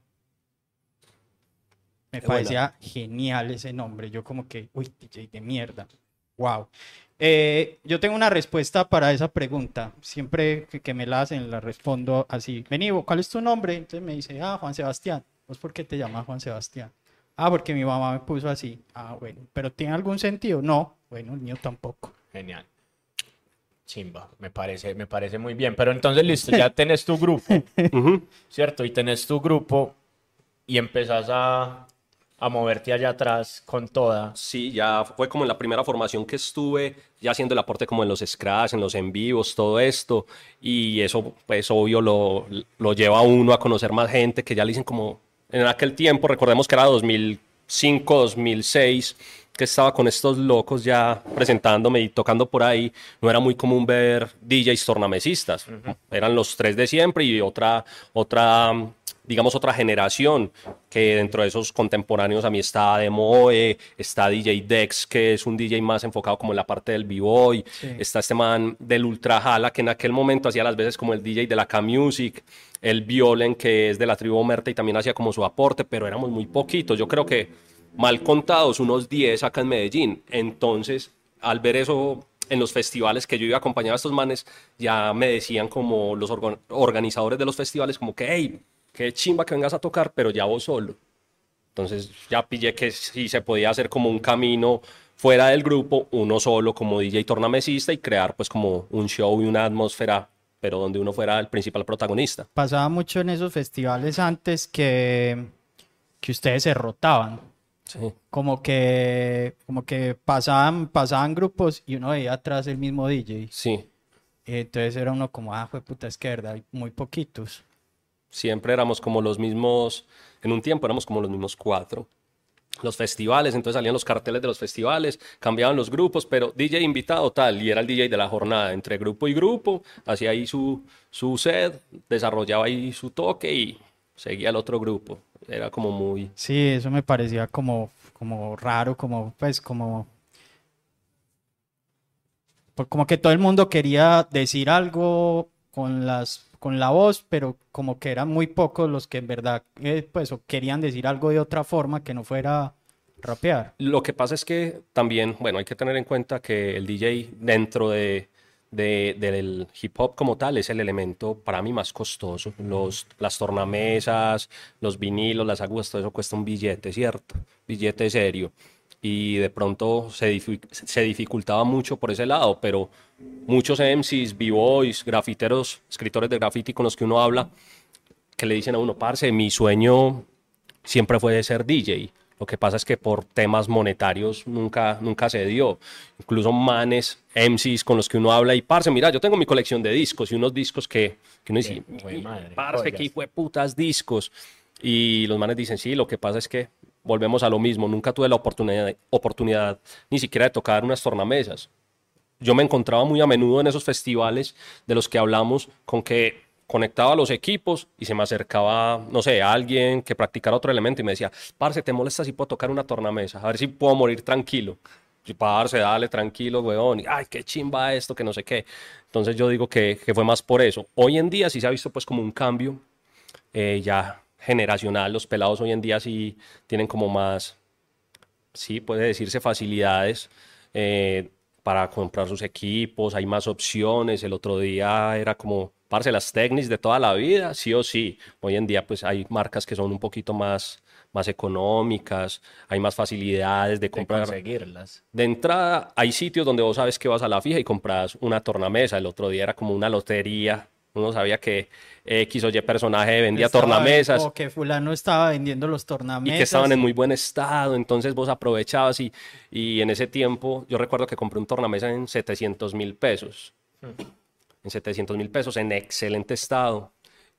Me Qué parecía genial ese nombre. Yo como que, uy, D J de mierda. Wow. Eh, yo tengo una respuesta para esa pregunta. Siempre que, que me la hacen, la respondo así. Vení, ¿vos ¿cuál es tu nombre? Entonces me dice, ah, Juan Sebastián. ¿Vos por qué te llamas Juan Sebastián? Ah, porque mi mamá me puso así. Ah, bueno. ¿Pero tiene algún sentido? No. Bueno, el mío tampoco. Genial. Chimba, me parece, me parece muy bien. Pero entonces, listo, ya tenés tu grupo, Ujú. ¿cierto? Y tenés tu grupo y empezás a, a moverte allá atrás con toda. Sí, ya fue como en la primera formación que estuve, ya haciendo el aporte como en los scratch, en los en vivos, todo esto, y eso pues obvio lo, lo lleva a uno a conocer más gente que ya le dicen como, en aquel tiempo, recordemos que era dos mil cinco, dos mil seis, que estaba con estos locos ya presentándome y tocando por ahí, no era muy común ver D Js tornamesistas, eran los tres de siempre y otra, otra digamos, otra generación, que dentro de esos contemporáneos a mí está Demoe, está D J Dex, que es un D J más enfocado como en la parte del b-boy, Sí. está este man del Ultra Jala, que en aquel momento hacía las veces como el D J de la K-Music, el Violen, que es de la tribu Omerta y también hacía como su aporte, pero éramos muy poquitos, yo creo que mal contados, unos diez acá en Medellín. Entonces, al ver eso en los festivales que yo iba a acompañar a estos manes, ya me decían como los organ- organizadores de los festivales, como que, hey, qué chimba que vengas a tocar, pero ya vos solo. Entonces ya pillé que sí se podía hacer como un camino fuera del grupo, uno solo como D J tornamesista y crear pues como un show y una atmósfera, pero donde uno fuera el principal protagonista. Pasaba mucho en esos festivales antes que, que ustedes se rotaban. Sí. Como que, como que pasaban, pasaban grupos y uno veía atrás el mismo D J. Sí, Entonces era uno como, ah, fue puta, es que verdad, hay muy poquitos. siempre éramos como los mismos, en un tiempo éramos como los mismos cuatro. Los festivales, entonces salían los carteles de los festivales, cambiaban los grupos, pero D J invitado tal, y era el D J de la jornada, entre grupo y grupo, hacía ahí su, su set, desarrollaba ahí su toque y seguía el otro grupo. Era como muy... Sí, eso me parecía como, como raro, como, pues, como, pues, como que todo el mundo quería decir algo con las, con la voz, pero como que eran muy pocos los que en verdad, eh, pues, o querían decir algo de otra forma que no fuera rapear. Lo que pasa es que también, bueno, hay que tener en cuenta que el D J dentro de, de- del hip hop como tal es el elemento para mí más costoso. Los, las tornamesas, los vinilos, las agujas, todo eso cuesta un billete, ¿cierto? Billete serio. Y de pronto se, dific- se dificultaba mucho por ese lado, pero muchos M Cs, b-boys, grafiteros, escritores de graffiti con los que uno habla, que le dicen a uno, parce, mi sueño siempre fue de ser D J. Lo que pasa es que por temas monetarios nunca, nunca se dio. Incluso manes, M Cs con los que uno habla y, parce, mira, yo tengo mi colección de discos y unos discos que, que uno dice, Qué jue madre, parce, joyas. que fue putas discos. Y los manes dicen, sí, lo que pasa es que volvemos a lo mismo. Nunca tuve la oportunidad, oportunidad ni siquiera de tocar unas tornamesas. Yo me encontraba muy a menudo en esos festivales de los que hablamos con que conectaba los equipos y se me acercaba, no sé, alguien que practicara otro elemento y me decía, parce, ¿te molesta si puedo tocar una tornamesa? A ver si puedo morir tranquilo. Y parce, dale, tranquilo, weón. Y, ay, qué chimba esto, que no sé qué. Entonces yo digo que, que fue más por eso. Hoy en día sí se ha visto pues como un cambio eh, ya generacional. Los pelados hoy en día sí tienen como más, sí, puede decirse facilidades eh, para comprar sus equipos, hay más opciones. El otro día era como, parce, las Technics de toda la vida, sí o sí. Hoy en día pues hay marcas que son un poquito más, más económicas, hay más facilidades de De comprar. conseguirlas. De entrada, hay sitios donde vos sabes que vas a la fija y compras una tornamesa. El otro día era como una lotería. Uno sabía que X o Y personaje vendía Estaba- tornamesas O que fulano estaba vendiendo los y tornamesas. que estaban en muy buen estado, entonces vos aprovechabas y, y en ese tiempo yo recuerdo que compré un tornamesa en setecientos mil pesos, en setecientos mil pesos, en excelente estado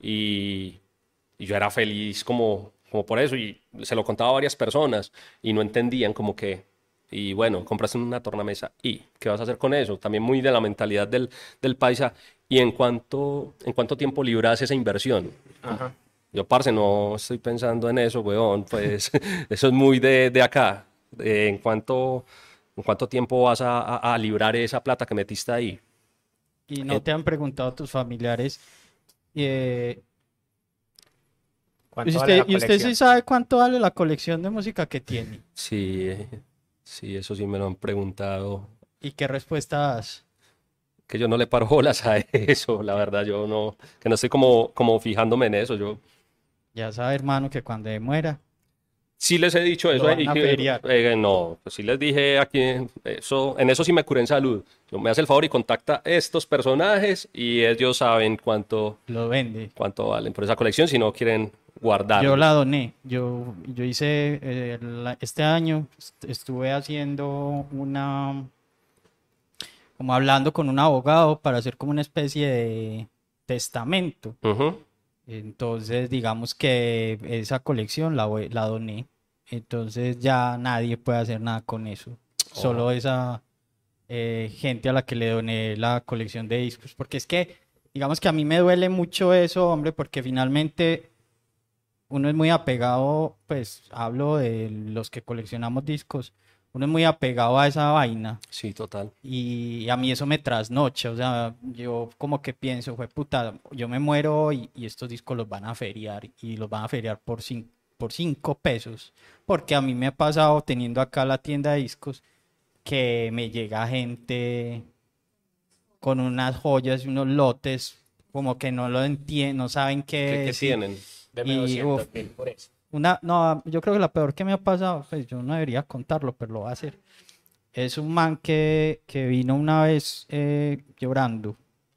y, y yo era feliz como, como por eso y se lo contaba a varias personas y no entendían como que, y bueno, compraste una tornamesa y ¿qué vas a hacer con eso? También muy de la mentalidad del, del paisa y en cuánto, en cuánto tiempo libras esa inversión. Ajá. Yo, parce, no estoy pensando en eso, weón. Pues eso es muy de, de acá. Eh, ¿en cuánto, en cuánto tiempo vas a, a- a librar esa plata que metiste ahí? Y no Eh, te han preguntado tus familiares. eh, ¿Cuánto ¿y vale usted, la y usted sí colección? sabe cuánto vale la colección de música que tiene? Sí, eh, sí, eso sí me lo han preguntado. ¿Y qué respuesta das? Que yo no le paro bolas a eso, la verdad. Yo no, que no estoy como, como fijándome en eso. Yo, Ya sabe, hermano, que cuando me muera, Sí les he dicho eso. Lo van y a que- feriar. eh, no, pues sí les dije aquí, eso, en eso sí me curé en salud. Yo me hace el favor y contacta a estos personajes y ellos saben cuánto, Lo vende. cuánto valen por esa colección si no quieren guardar. Yo la doné. Yo, yo hice, eh, la- este año est- estuve haciendo una, como hablando con un abogado para hacer como una especie de testamento. Ujú. Entonces, digamos que esa colección la, voy- la doné. Entonces ya nadie puede hacer nada con eso. Solo Oh. esa eh, gente a la que le doné la colección de discos. Porque es que, digamos que a mí me duele mucho eso, hombre, porque finalmente uno es muy apegado, pues hablo de los que coleccionamos discos, uno es muy apegado a esa vaina. Sí, total. Y a mí eso me trasnocha, o sea, yo como que pienso, fue puta, yo me muero y, y estos discos los van a feriar y los van a feriar por, cin- por cinco pesos, porque a mí me ha pasado teniendo acá la tienda de discos que me llega gente con unas joyas y unos lotes como que no lo entienden, no saben qué ¿Qué, qué decir. tienen? Deme Y, doscientos uf, mil por eso. Una, no, yo creo que la peor que me ha pasado, pues yo no debería contarlo, pero lo voy a hacer. Es un man que, que vino una vez eh, llorando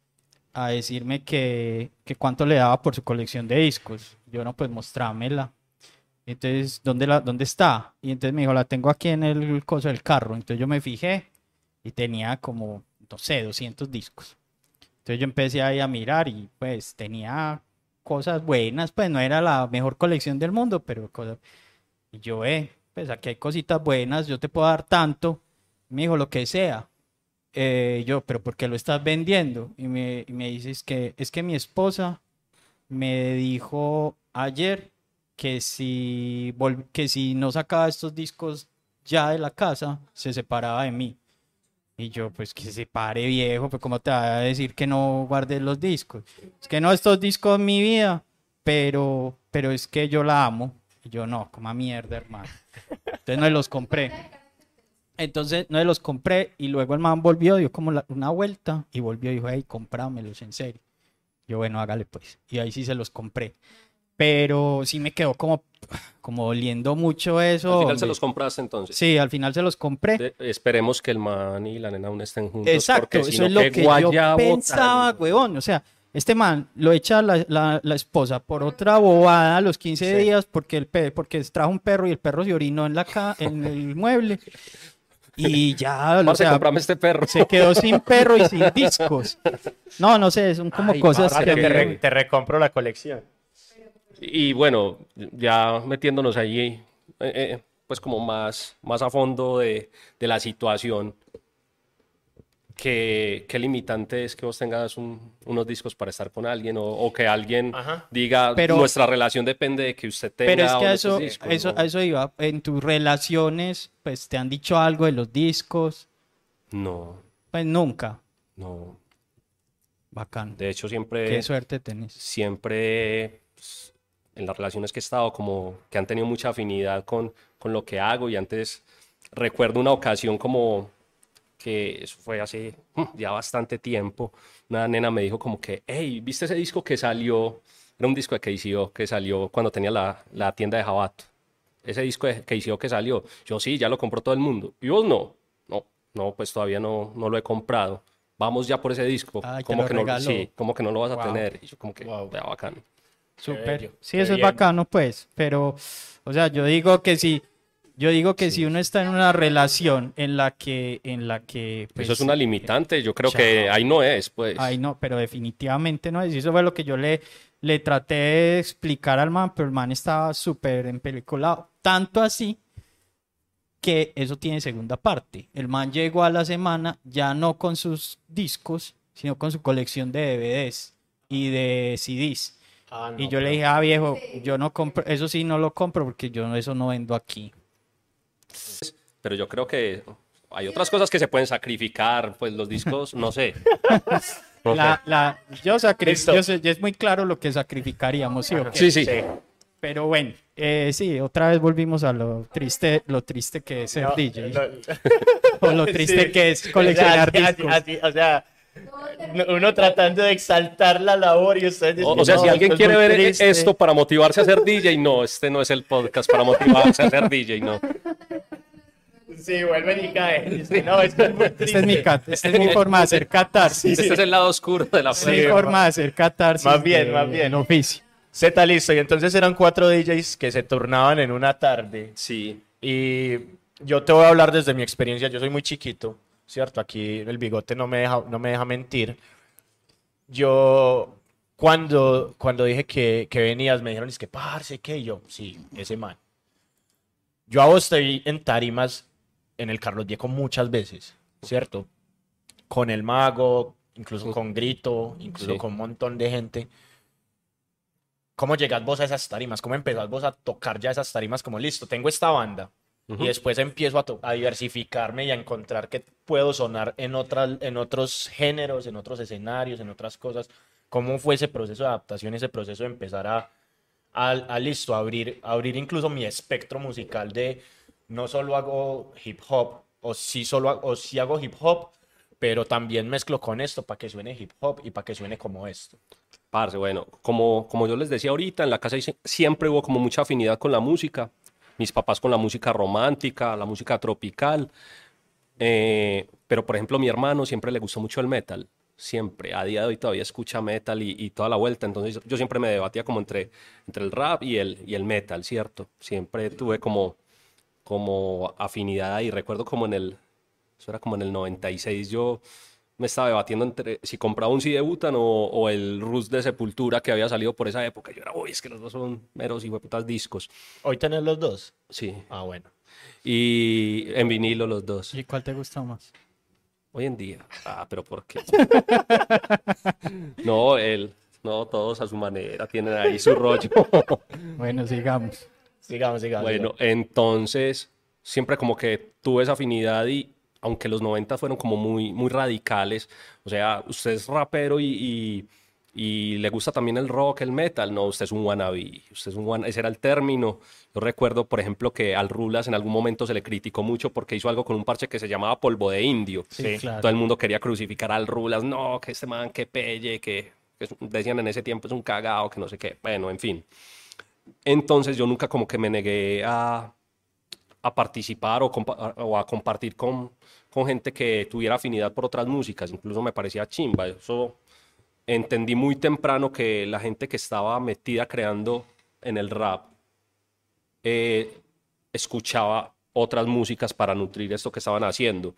a decirme que, que cuánto le daba por su colección de discos. Yo no, pues mostrámela. Entonces, ¿dónde, la, ¿dónde está? Y entonces me dijo, la tengo aquí en el coso del carro. Entonces yo me fijé y tenía como, no sé, doscientos discos. Entonces yo empecé ahí a mirar y pues tenía cosas buenas, pues no era la mejor colección del mundo, pero cosas... Y yo, eh, pues aquí hay cositas buenas, yo te puedo dar tanto. Me dijo, lo que sea. Eh, yo, pero ¿por qué lo estás vendiendo? Y me, y me dices que es que mi esposa me dijo ayer que si, vol- que si no sacaba estos discos ya de la casa, se separaba de mí. Y yo, pues que se pare, viejo, pues cómo te va a decir que no guardes los discos. Es que no, estos discos mi vida, pero, pero es que yo la amo. Y yo, no, coma mierda, hermano. Entonces no los compré. Entonces no los compré y luego el man volvió, dio como la- una vuelta y volvió y dijo, hey, cómpramelos en serio. Yo, bueno, hágale pues. Y ahí sí se los compré. Pero sí me quedó como, como oliendo mucho eso. Al final se hombre. los compraste entonces. Sí, al final se los compré. De- esperemos que el man y la nena aún estén juntos. Exacto, porque si eso no, es lo qué que yo guayabo pensaba, tan- huevón. O sea, este man lo echa la, la, la esposa por otra bobada a los quince Sí. días porque, el pe porque trajo un perro y el perro se orinó en, la ca en el mueble. Y ya, o Parce, sea, comprame este perro. se quedó sin perro y sin discos. No, no sé, son como Ay, cosas parce, que... a Te, mí re- me- te recompro la colección. Y bueno, ya metiéndonos allí, eh, eh, pues como más, más a fondo de, de la situación, ¿qué, qué limitante es que vos tengas un- unos discos para estar con alguien o, o que alguien Ajá. diga, Pero- nuestra relación depende de que usted tenga Pero es que a unos eso, discos", eso, ¿no? a eso iba. En tus relaciones, pues te han dicho algo de los discos. No, Pues nunca. no. Bacán. De hecho, siempre... Qué suerte tenés. siempre pues, en las relaciones que he estado como que han tenido mucha afinidad con, con lo que hago y antes recuerdo una ocasión como que eso fue hace mm, ya bastante tiempo, una nena me dijo como que, hey, ¿viste ese disco que salió? Era un disco de K C O que salió cuando tenía la, la tienda de Jabato. Ese disco de K C O que salió, yo sí, ya lo compró todo el mundo. ¿Y vos no? No, no, pues todavía no, no lo he comprado. Vamos ya por ese disco. Ay, te como lo que no, regaló. sí, como que no lo vas a Wow. tener. Y yo como que, Wow. vea, bacano. Súper. bello, Sí, qué eso es bien. bacano, pues. Pero, o sea, yo digo que si, yo digo que si uno está en una relación en la que, en la que, pues, Eso es una limitante, yo creo que chao. ahí no es, pues. ay, no, pero definitivamente no es. Y eso fue lo que yo le, le traté de explicar al man, pero el man estaba súper empeliculado. Tanto así que eso tiene segunda parte. El man llegó a la semana ya no con sus discos, sino con su colección de D V Ds y de C Ds. Ah, no, Y yo le pero- dije, ah, viejo, yo no compro, eso sí no lo compro porque yo eso no vendo aquí. Pero yo creo que hay otras cosas que se pueden sacrificar, pues los discos, no sé. No sé. La, la, yo sacri- Listo. yo sé, ya es muy claro lo que sacrificaríamos, ¿sí o qué? Sí, sí. Pero bueno, eh, sí, otra vez volvimos a lo triste, lo triste que es ser No, D J. no- O lo triste Sí. que es coleccionar O sea, así- discos. así- así- o sea, Uno tratando de exaltar la labor y ustedes O, dicen, o sea, "No, si alguien esto es quiere muy ver triste". esto para motivarse a ser D J, no, este no es el podcast para motivarse a ser D J, no. Sí, vuelven y caen. Dicen, no, esto es muy triste. Esta es mi, cat- esta es mi forma de hacer catarsis. Este es el lado oscuro de la Esta es mi Sí, forma ma- de hacer catarsis. más bien, de- más bien. del oficio. Z, listo. Y entonces eran cuatro D Js que se turnaban en una tarde. Sí, Y yo te voy a hablar desde mi experiencia. Yo soy muy chiquito, ¿cierto? Aquí el bigote no me deja, no me deja mentir. Yo, cuando, cuando dije que, que venías, me dijeron, es que, parce, ¿qué? Y yo, sí, ese man. Yo a vos te vi en tarimas en el Carlos Diego muchas veces, ¿cierto? Con el Mago, incluso con Grito, incluso Sí. con un montón de gente. ¿Cómo llegas vos a esas tarimas? ¿Cómo empezás vos a tocar ya esas tarimas? Como, listo, tengo esta banda. Ujú. Y después empiezo a, to- a diversificarme y a encontrar que puedo sonar en, otra- en otros géneros, en otros escenarios, en otras cosas. ¿Cómo fue ese proceso de adaptación, ese proceso de empezar a, a, a, listo, abrir, abrir incluso mi espectro musical de no solo hago hip hop, o sí, solo, ha- o sí hago hip hop, pero también mezclo con esto para que suene hip hop y para que suene como esto? parce, bueno, como, como yo les decía ahorita, en la casa sie- siempre hubo como mucha afinidad con la música. Mis papás con la música romántica, la música tropical. Eh, pero, por ejemplo, mi hermano siempre le gustó mucho el metal. Siempre. A día de hoy todavía escucha metal y, y toda la vuelta. Entonces, yo siempre me debatía como entre, entre el rap y el, y el metal, ¿cierto? Siempre tuve como, como afinidad ahí. Recuerdo como en el, eso era como en el noventa y seis, yo me estaba debatiendo entre si compraba un C D de Butan o, o el Rus de Sepultura que había salido por esa época. Yo era, uy, es que los dos son meros y putas discos. ¿Hoy tenés los dos? Sí. Ah, bueno. Y en vinilo los dos. ¿Y cuál te gusta más? Hoy en día. Ah, pero ¿por qué? No, él. No, todos a su manera tienen ahí su rollo. Bueno, sigamos. Sigamos, sigamos. Bueno, sigamos. entonces siempre como que tuve esa afinidad y aunque los noventa fueron como muy, muy radicales, o sea, usted es rapero y, y, y le gusta también el rock, el metal, no, usted es un wannabe, usted es un wanna- ese era el término. Yo recuerdo, por ejemplo, que al Rulas en algún momento se le criticó mucho porque hizo algo con un parche que se llamaba Polvo de Indio. Sí, claro. Todo el mundo quería crucificar al Rulas, no, que este man, que pelle, que, que es- decían en ese tiempo es un cagao, que no sé qué, bueno, en fin. Entonces yo nunca como que me negué a, a participar o, compa- o a compartir con, con gente que tuviera afinidad por otras músicas, incluso me parecía chimba. Eso entendí muy temprano que la gente que estaba metida creando en el rap eh, escuchaba otras músicas para nutrir esto que estaban haciendo.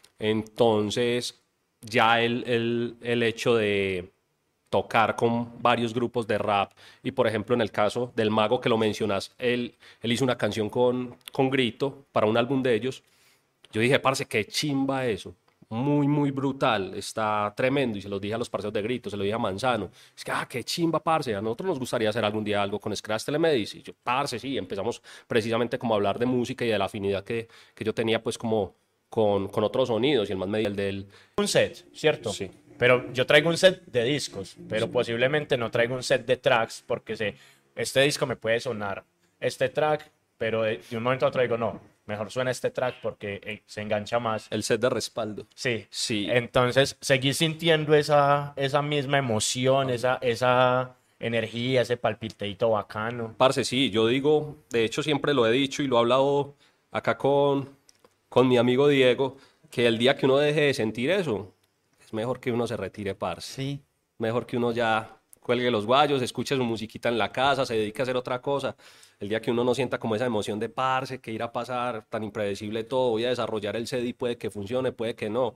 Entonces, ya el, el, el hecho de tocar con varios grupos de rap y, por ejemplo, en el caso del Mago que lo mencionas, él, él hizo una canción con, con Grito para un álbum de ellos. Yo dije, parce, qué chimba eso. Muy, muy brutal. Está tremendo. Y se los dije a los parceros de Grito, se lo dije a Manzano. Es que, ah, qué chimba, parce. A nosotros nos gustaría hacer algún día algo con Scratch Telemedis. Y yo, parce, sí. Empezamos precisamente como a hablar de música y de la afinidad que, que yo tenía, pues, como con, con otros sonidos. Y el más medio, el del. Un set, ¿cierto? Sí. Pero yo traigo un set de discos, pero posiblemente no traigo un set de tracks porque sé, este disco me puede sonar este track, pero de, de un momento a otro digo, no, mejor suena este track porque eh, se engancha más. El set de respaldo. Sí, Sí. entonces seguí sintiendo esa, esa misma emoción, esa, esa energía, ese palpiteito bacano. Parce, sí, yo digo, de hecho siempre lo he dicho y lo he hablado acá con, con mi amigo Diego, que el día que uno deje de sentir eso, es mejor que uno se retire, parce. Sí. Mejor que uno ya cuelgue los guayos, escuche su musiquita en la casa, se dedique a hacer otra cosa. El día que uno no sienta como esa emoción de parce, que irá a pasar, tan impredecible todo, voy a desarrollar el C D, puede que funcione, puede que no.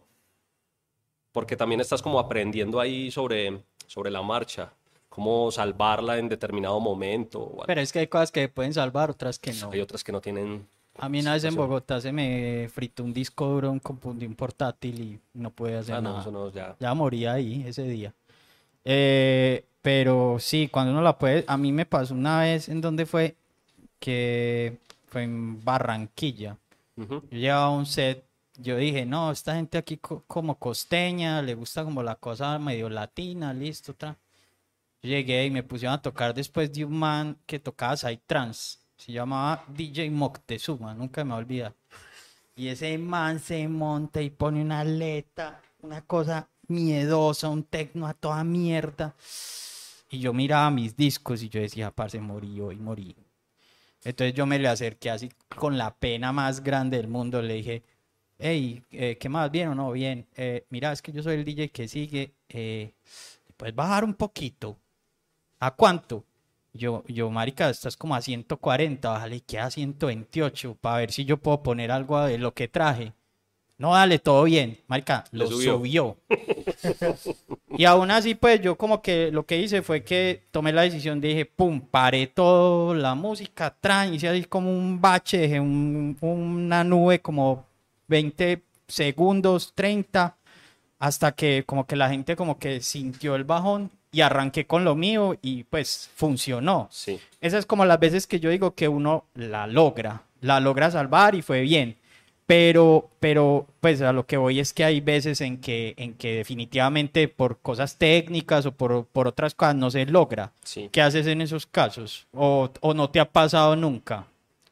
Porque también estás como aprendiendo ahí sobre, sobre la marcha, cómo salvarla en determinado momento. o algo. Pero es que hay cosas que pueden salvar, otras que no. Hay otras que no tienen. A mí una vez en situación. Bogotá se me fritó un disco duro, un, compu- de un portátil y no pude hacer Ah, no, nada. eso no, ya. Ya morí ahí ese día. Eh, pero sí, cuando uno la puede, a mí me pasó una vez en donde fue que fue en Barranquilla. Ujú. Yo llevaba un set, yo dije, no, esta gente aquí co- como costeña, le gusta como la cosa medio latina, listo, ta. Yo llegué y me pusieron a tocar después de un man que tocaba Psytrance, se llamaba D J Moctezuma, nunca me voy a olvidar. Y ese man se monta y pone una aleta, una cosa miedosa, un tecno a toda mierda. Y yo miraba mis discos y yo decía, parce, morí hoy, morí. Entonces yo me le acerqué así con la pena más grande del mundo, le dije, hey, eh, ¿qué más? ¿Bien o no? Bien. Eh, mira, es que yo soy el D J que sigue, eh, ¿puedes bajar un poquito? ¿A cuánto? Yo, yo, marica, estás como a ciento cuarenta, bájale que a ciento veintiocho para ver si yo puedo poner algo de lo que traje. No, dale, todo bien, marica, Le lo subió. subió. Y aún así, pues yo como que lo que hice fue que tomé la decisión, dije, pum, paré toda la música, tran, hice así como un bache, dejé un- una nube como veinte segundos, treinta, hasta que como que la gente como que sintió el bajón y arranqué con lo mío y pues funcionó. Sí. Esas es como las veces que yo digo que uno la logra, la logra salvar y fue bien. Pero, pero, pues a lo que voy es que hay veces en que, en que definitivamente por cosas técnicas o por, por otras cosas no se logra. Sí. ¿Qué haces en esos casos? ¿O, o no te ha pasado nunca?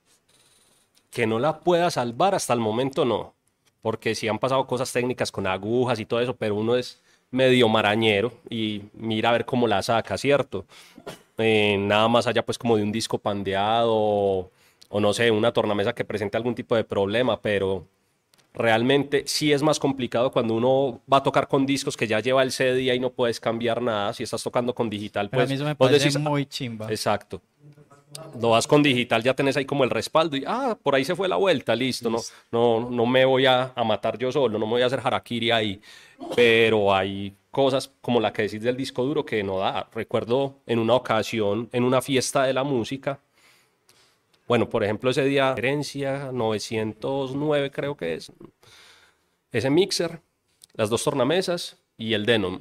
Que no la pueda salvar hasta el momento no, porque sí han pasado cosas técnicas con agujas y todo eso, pero uno es medio marañero y mira a ver cómo la saca, ¿cierto? Eh, nada más allá pues como de un disco pandeado o, o no sé, una tornamesa que presente algún tipo de problema, pero realmente sí es más complicado cuando uno va a tocar con discos que ya lleva el C D y ahí no puedes cambiar nada. Si estás tocando con digital, Pero a pues mí eso me vos parece decís, muy chimba. exacto. Lo vas con digital, ya tenés ahí como el respaldo y, ah, por ahí se fue la vuelta, listo. No, no, no me voy a, a matar yo solo, no me voy a hacer harakiri ahí. Pero hay cosas como la que decís del disco duro que no da. Recuerdo en una ocasión, en una fiesta de la música, bueno, por ejemplo, ese día, Herencia novecientos nueve creo que es, ese mixer, las dos tornamesas y el Denon.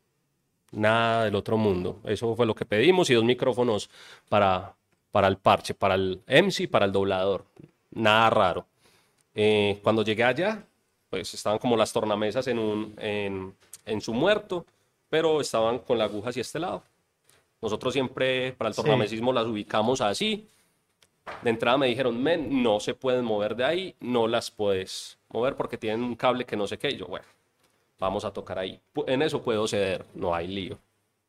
Nada del otro mundo. Eso fue lo que pedimos y dos micrófonos para, para el parche, para el M C y para el doblador. Nada raro. Eh, cuando llegué allá, pues estaban como las tornamesas en, un, en, en su muerto, pero estaban con las agujas hacia este lado. Nosotros siempre para el Sí. tornamesismo las ubicamos así. De entrada me dijeron, men, no se pueden mover de ahí, no las puedes mover porque tienen un cable que no sé qué. Y yo, bueno, vamos a tocar ahí. Pu- En eso puedo ceder, no hay lío.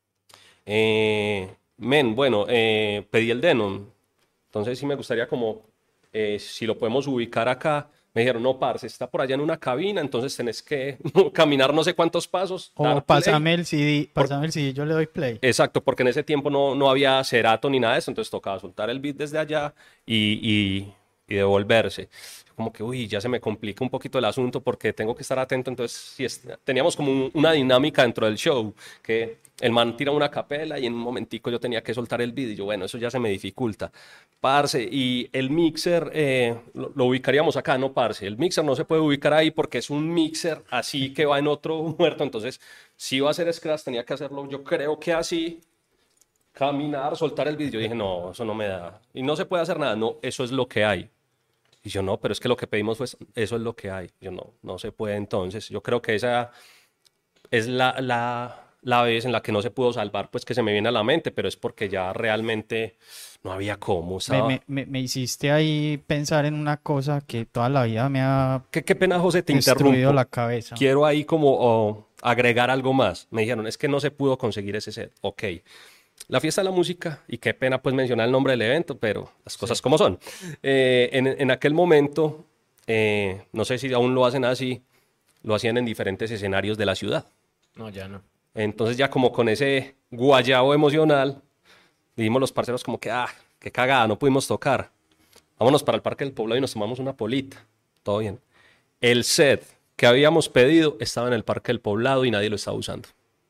Eh, men, bueno, eh, pedí el Denon. Entonces sí me gustaría como, eh, si lo podemos ubicar acá. Me dijeron, no, parce, está por allá en una cabina, entonces tenés que caminar no sé cuántos pasos, O dar play. pásame el C D, pásame el C D, yo le doy play. Exacto, porque en ese tiempo no, no había cerato ni nada de eso, entonces tocaba soltar el beat desde allá y, y, y devolverse. Como que, uy, ya se me complica un poquito el asunto porque tengo que estar atento. Entonces, sí es- teníamos como un- una dinámica dentro del show, que el man tira una capela y en un momentico yo tenía que soltar el beat y yo, bueno, eso ya se me dificulta. Parce, y el mixer eh, lo, lo ubicaríamos acá, no, parce. El mixer no se puede ubicar ahí porque es un mixer así que va en otro muerto. Entonces, si iba a hacer scratch, tenía que hacerlo, yo creo que así, caminar, soltar el vídeo. Yo dije, no, eso no me da. Y no se puede hacer nada, no, eso es lo que hay. Y yo, no, pero es que lo que pedimos fue, eso es lo que hay. Yo, no, no se puede entonces. Yo creo que esa es la, la, la vez en la que no se pudo salvar, pues que se me viene a la mente, pero es porque ya realmente no había cómo. Me, Estaba... me, me, me hiciste ahí pensar en una cosa que toda la vida me ha Qué, qué pena, José, te destruido interrumpo. la cabeza. Quiero ahí como oh, agregar algo más. Me dijeron, es que no se pudo conseguir ese set. Ok. La fiesta de la música, y qué pena pues mencionar el nombre del evento, pero las cosas como son. Eh, en, en aquel momento, eh, no sé si aún lo hacen así, lo hacían en diferentes escenarios de la ciudad. No, ya no. Entonces ya como con ese guayabo emocional, dijimos los parceros como que, ah, qué cagada, no pudimos tocar. Vámonos para el Parque del Poblado y nos tomamos una polita. Todo bien. El set que habíamos pedido estaba en el Parque del Poblado y nadie lo estaba usando.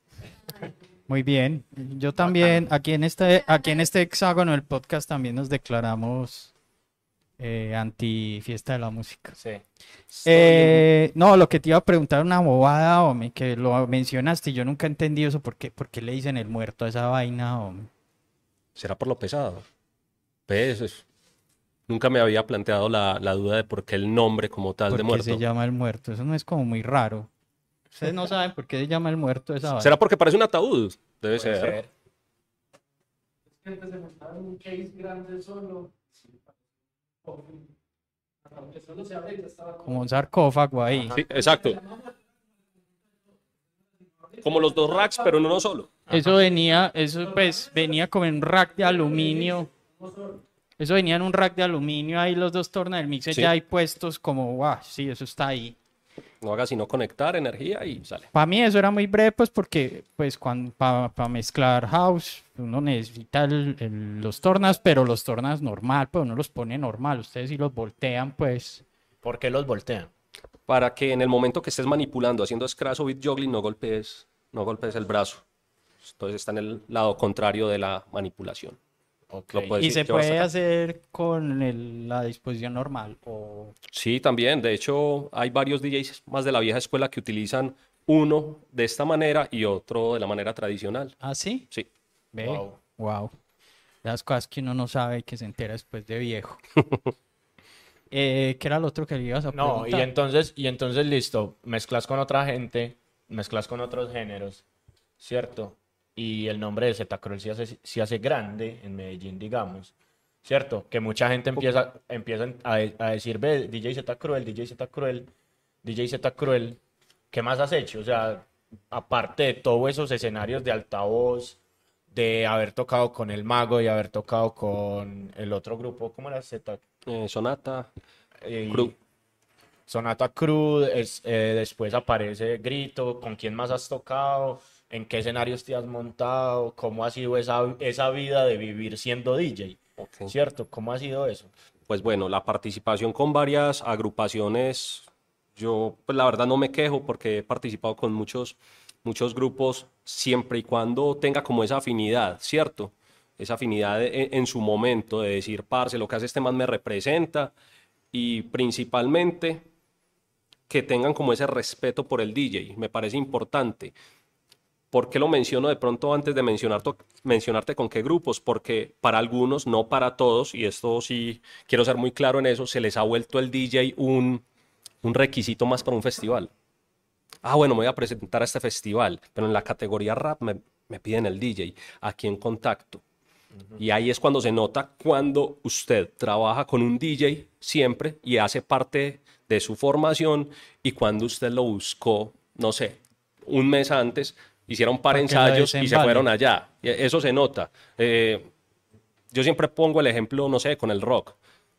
Muy bien. Yo también, aquí en este, aquí en este hexágono del podcast también nos declaramos eh, anti fiesta de la música. Sí. Eh, no, lo que te iba a preguntar una bobada, hombre, que lo mencionaste y yo nunca he entendido eso. ¿Por qué, por qué le dicen el muerto a esa vaina, hombre? ¿Será por lo pesado? Pues, es- nunca me había planteado la, la duda de por qué el nombre como tal ¿Por de qué muerto. se llama el muerto? Eso no es como muy raro. Ustedes no saben por qué se llama el muerto esa vaina. ¿Será porque parece un ataúd? Debe Puede ser. ser. Antes de montar un case grande solo, aunque solo se abre, ya estaba como Como un sarcófago ahí. Sí, exacto. como los dos racks, pero en uno solo. Eso venía, eso pues venía como en un rack de aluminio. Eso venía en un rack de aluminio, ahí los dos tornos del mixer Sí. ya ahí puestos como, wow, sí, eso está ahí. No haga sino conectar energía y sale. Para mí eso era muy breve, pues porque pues cuando para mezclar house uno necesita el- el- los tornas, pero los tornas normal, pues uno los pone normal. Ustedes si los voltean, pues ¿Por qué los voltean? Para que en el momento que estés manipulando, haciendo scratch o beat juggling, no golpees, no golpees el brazo. Entonces está en el lado contrario de la manipulación. Ok. Lo puedes y se llevar hasta puede acá. hacer con el- la disposición normal o Sí, también. De hecho, hay varios D Js más de la vieja escuela que utilizan uno de esta manera y otro de la manera tradicional. así. Sí. Ve, Wow. wow. Las cosas que uno no sabe y que se entera después de viejo. eh, ¿qué era lo otro que le ibas a No, y preguntar? entonces, y entonces listo, mezclas con otra gente, mezclas con otros géneros, ¿cierto? Y el nombre de Zeta Cruel se hace, se hace grande en Medellín, digamos, ¿cierto? Que mucha gente empieza, empieza a, a decir, ve, D J Zeta Cruel, D J Zeta Cruel, D J Zeta Cruel, ¿qué más has hecho? O sea, aparte de todos esos escenarios de altavoz, de haber tocado con El Mago y haber tocado con el otro grupo, ¿cómo era Zeta? Eh, Sonata, Eh, Crew. Sonata Cruz, es, eh, después aparece Grito, ¿con quién más has tocado? ¿En qué escenarios te has montado? ¿Cómo ha sido esa, esa vida de vivir siendo D J? Ok. ¿Cierto? ¿Cómo ha sido eso? Pues bueno, la participación con varias agrupaciones, yo pues la verdad no me quejo porque he participado con muchos, muchos grupos siempre y cuando tenga como esa afinidad, ¿cierto? Esa afinidad en, en su momento de decir, parce, lo que hace este man me representa y principalmente que tengan como ese respeto por el D J, me parece importante. ¿Por qué lo menciono de pronto antes de mencionar to- mencionarte con qué grupos? Porque para algunos, no para todos, y esto sí quiero ser muy claro en eso, se les ha vuelto el D J un, un requisito más para un festival. Ah, bueno, me voy a presentar a este festival, pero en la categoría rap me, me piden el D J, aquí en contacto. Y ahí es cuando se nota cuando usted trabaja con un D J siempre y hace parte de su formación y cuando usted lo buscó, no sé, un mes antes, hicieron un par de Para que lo ensayos y se desembale. fueron allá. Y eso se nota. Eh, yo siempre pongo el ejemplo, no sé, con el rock.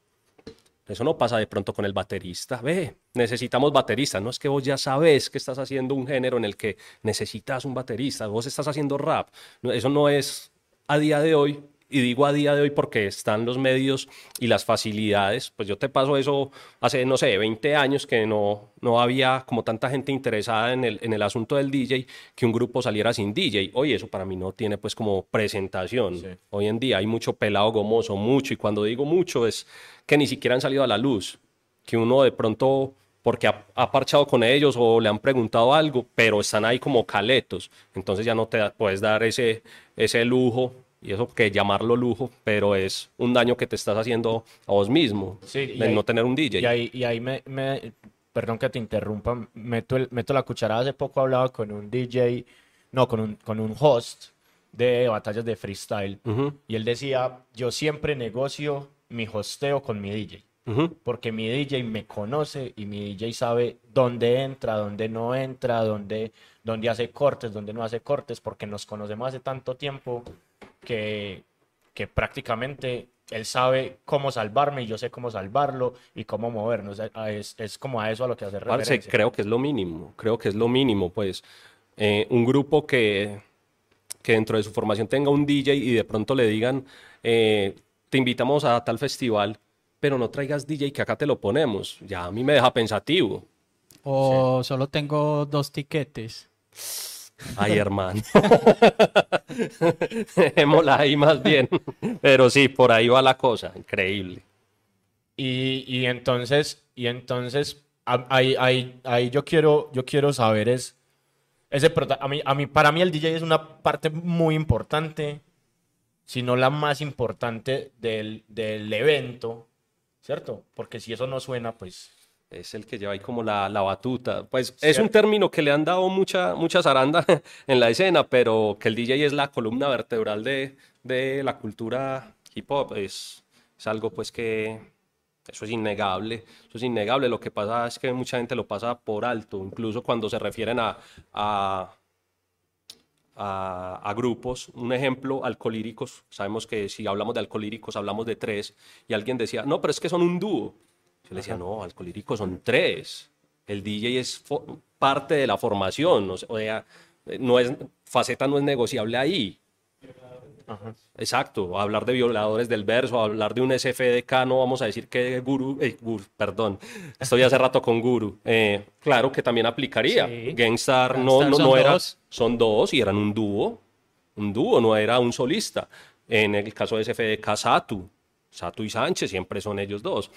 Eso no pasa de pronto con el baterista. Ve, necesitamos bateristas. No es que vos ya sabes que estás haciendo un género en el que necesitas un baterista. Vos estás haciendo rap. No, eso no es a día de hoy. Y digo a día de hoy porque están los medios y las facilidades. Pues yo te paso eso hace, no sé, veinte años que no, no había como tanta gente interesada en el, en el asunto del D J que un grupo saliera sin D J. Hoy eso para mí no tiene pues como presentación. Sí. Hoy en día hay mucho pelado gomoso, mucho. Y cuando digo mucho es que ni siquiera han salido a la luz. Que uno de pronto, porque ha, ha parchado con ellos o le han preguntado algo, pero están ahí como caletos. Entonces ya no te da- puedes dar ese, ese lujo, y eso que llamarlo lujo, pero es un daño que te estás haciendo a vos mismo, Sí, y de ahí- no tener un D J. Y ahí, y ahí me, me- perdón que te interrumpa, meto, el- meto la cucharada. Hace poco hablaba con un D J, no, con un, con un host de batallas de freestyle. Ujú, Y él decía, yo siempre negocio mi hosteo con mi D J. ujú. Porque mi D J me conoce y mi D J sabe dónde entra, dónde no entra, dónde, dónde hace cortes, dónde no hace cortes, porque nos conocemos hace tanto tiempo que, que prácticamente él sabe cómo salvarme y yo sé cómo salvarlo y cómo movernos. A- Es, es como a eso a lo que hace Parce, referencia. creo que es lo mínimo, creo que es lo mínimo, pues eh, un grupo que, que dentro de su formación tenga un D J y de pronto le digan, eh, te invitamos a tal festival, pero no traigas D J que acá te lo ponemos, ya a mí me deja pensativo. O solo tengo dos tiquetes. Ay, hermano. Dejémosla ahí más bien. Pero sí, por ahí va la cosa. Increíble. Y, y entonces, y entonces a- ahí, ahí, ahí yo quiero, yo quiero saber es, ese prota- a mí, a mí, para mí el D J es una parte muy importante, si no la más importante del, del evento, ¿cierto? Porque si eso no suena, pues... Es el que lleva ahí como la, la batuta. Pues es Cierto. un término que le han dado mucha, mucha zaranda en la escena, pero que el D J es la columna vertebral de, de la cultura hip hop. Es, es algo pues que eso es innegable. Eso es innegable. Lo que pasa es que mucha gente lo pasa por alto, incluso cuando se refieren a, a a, a grupos. Un ejemplo, Alcolíricos. Sabemos que si hablamos de Alcolíricos hablamos de tres. Y alguien decía, no, pero es que son un dúo. Yo le decía, no, Alcolíricos son tres. El D J es parte de la formación. O sea, no es, faceta no es negociable ahí. Ajá. Exacto, hablar de violadores del verso, hablar de un S F D K, no vamos a decir que Guru, eh, Guru perdón, estoy hace rato con Guru. Eh, claro que también aplicaría. Sí. Gangstar no, Gangstar no, son no era, dos. son dos y eran un dúo, un dúo, no era un solista. En el caso de S F D K, Satu, Satu y Sánchez siempre son ellos dos.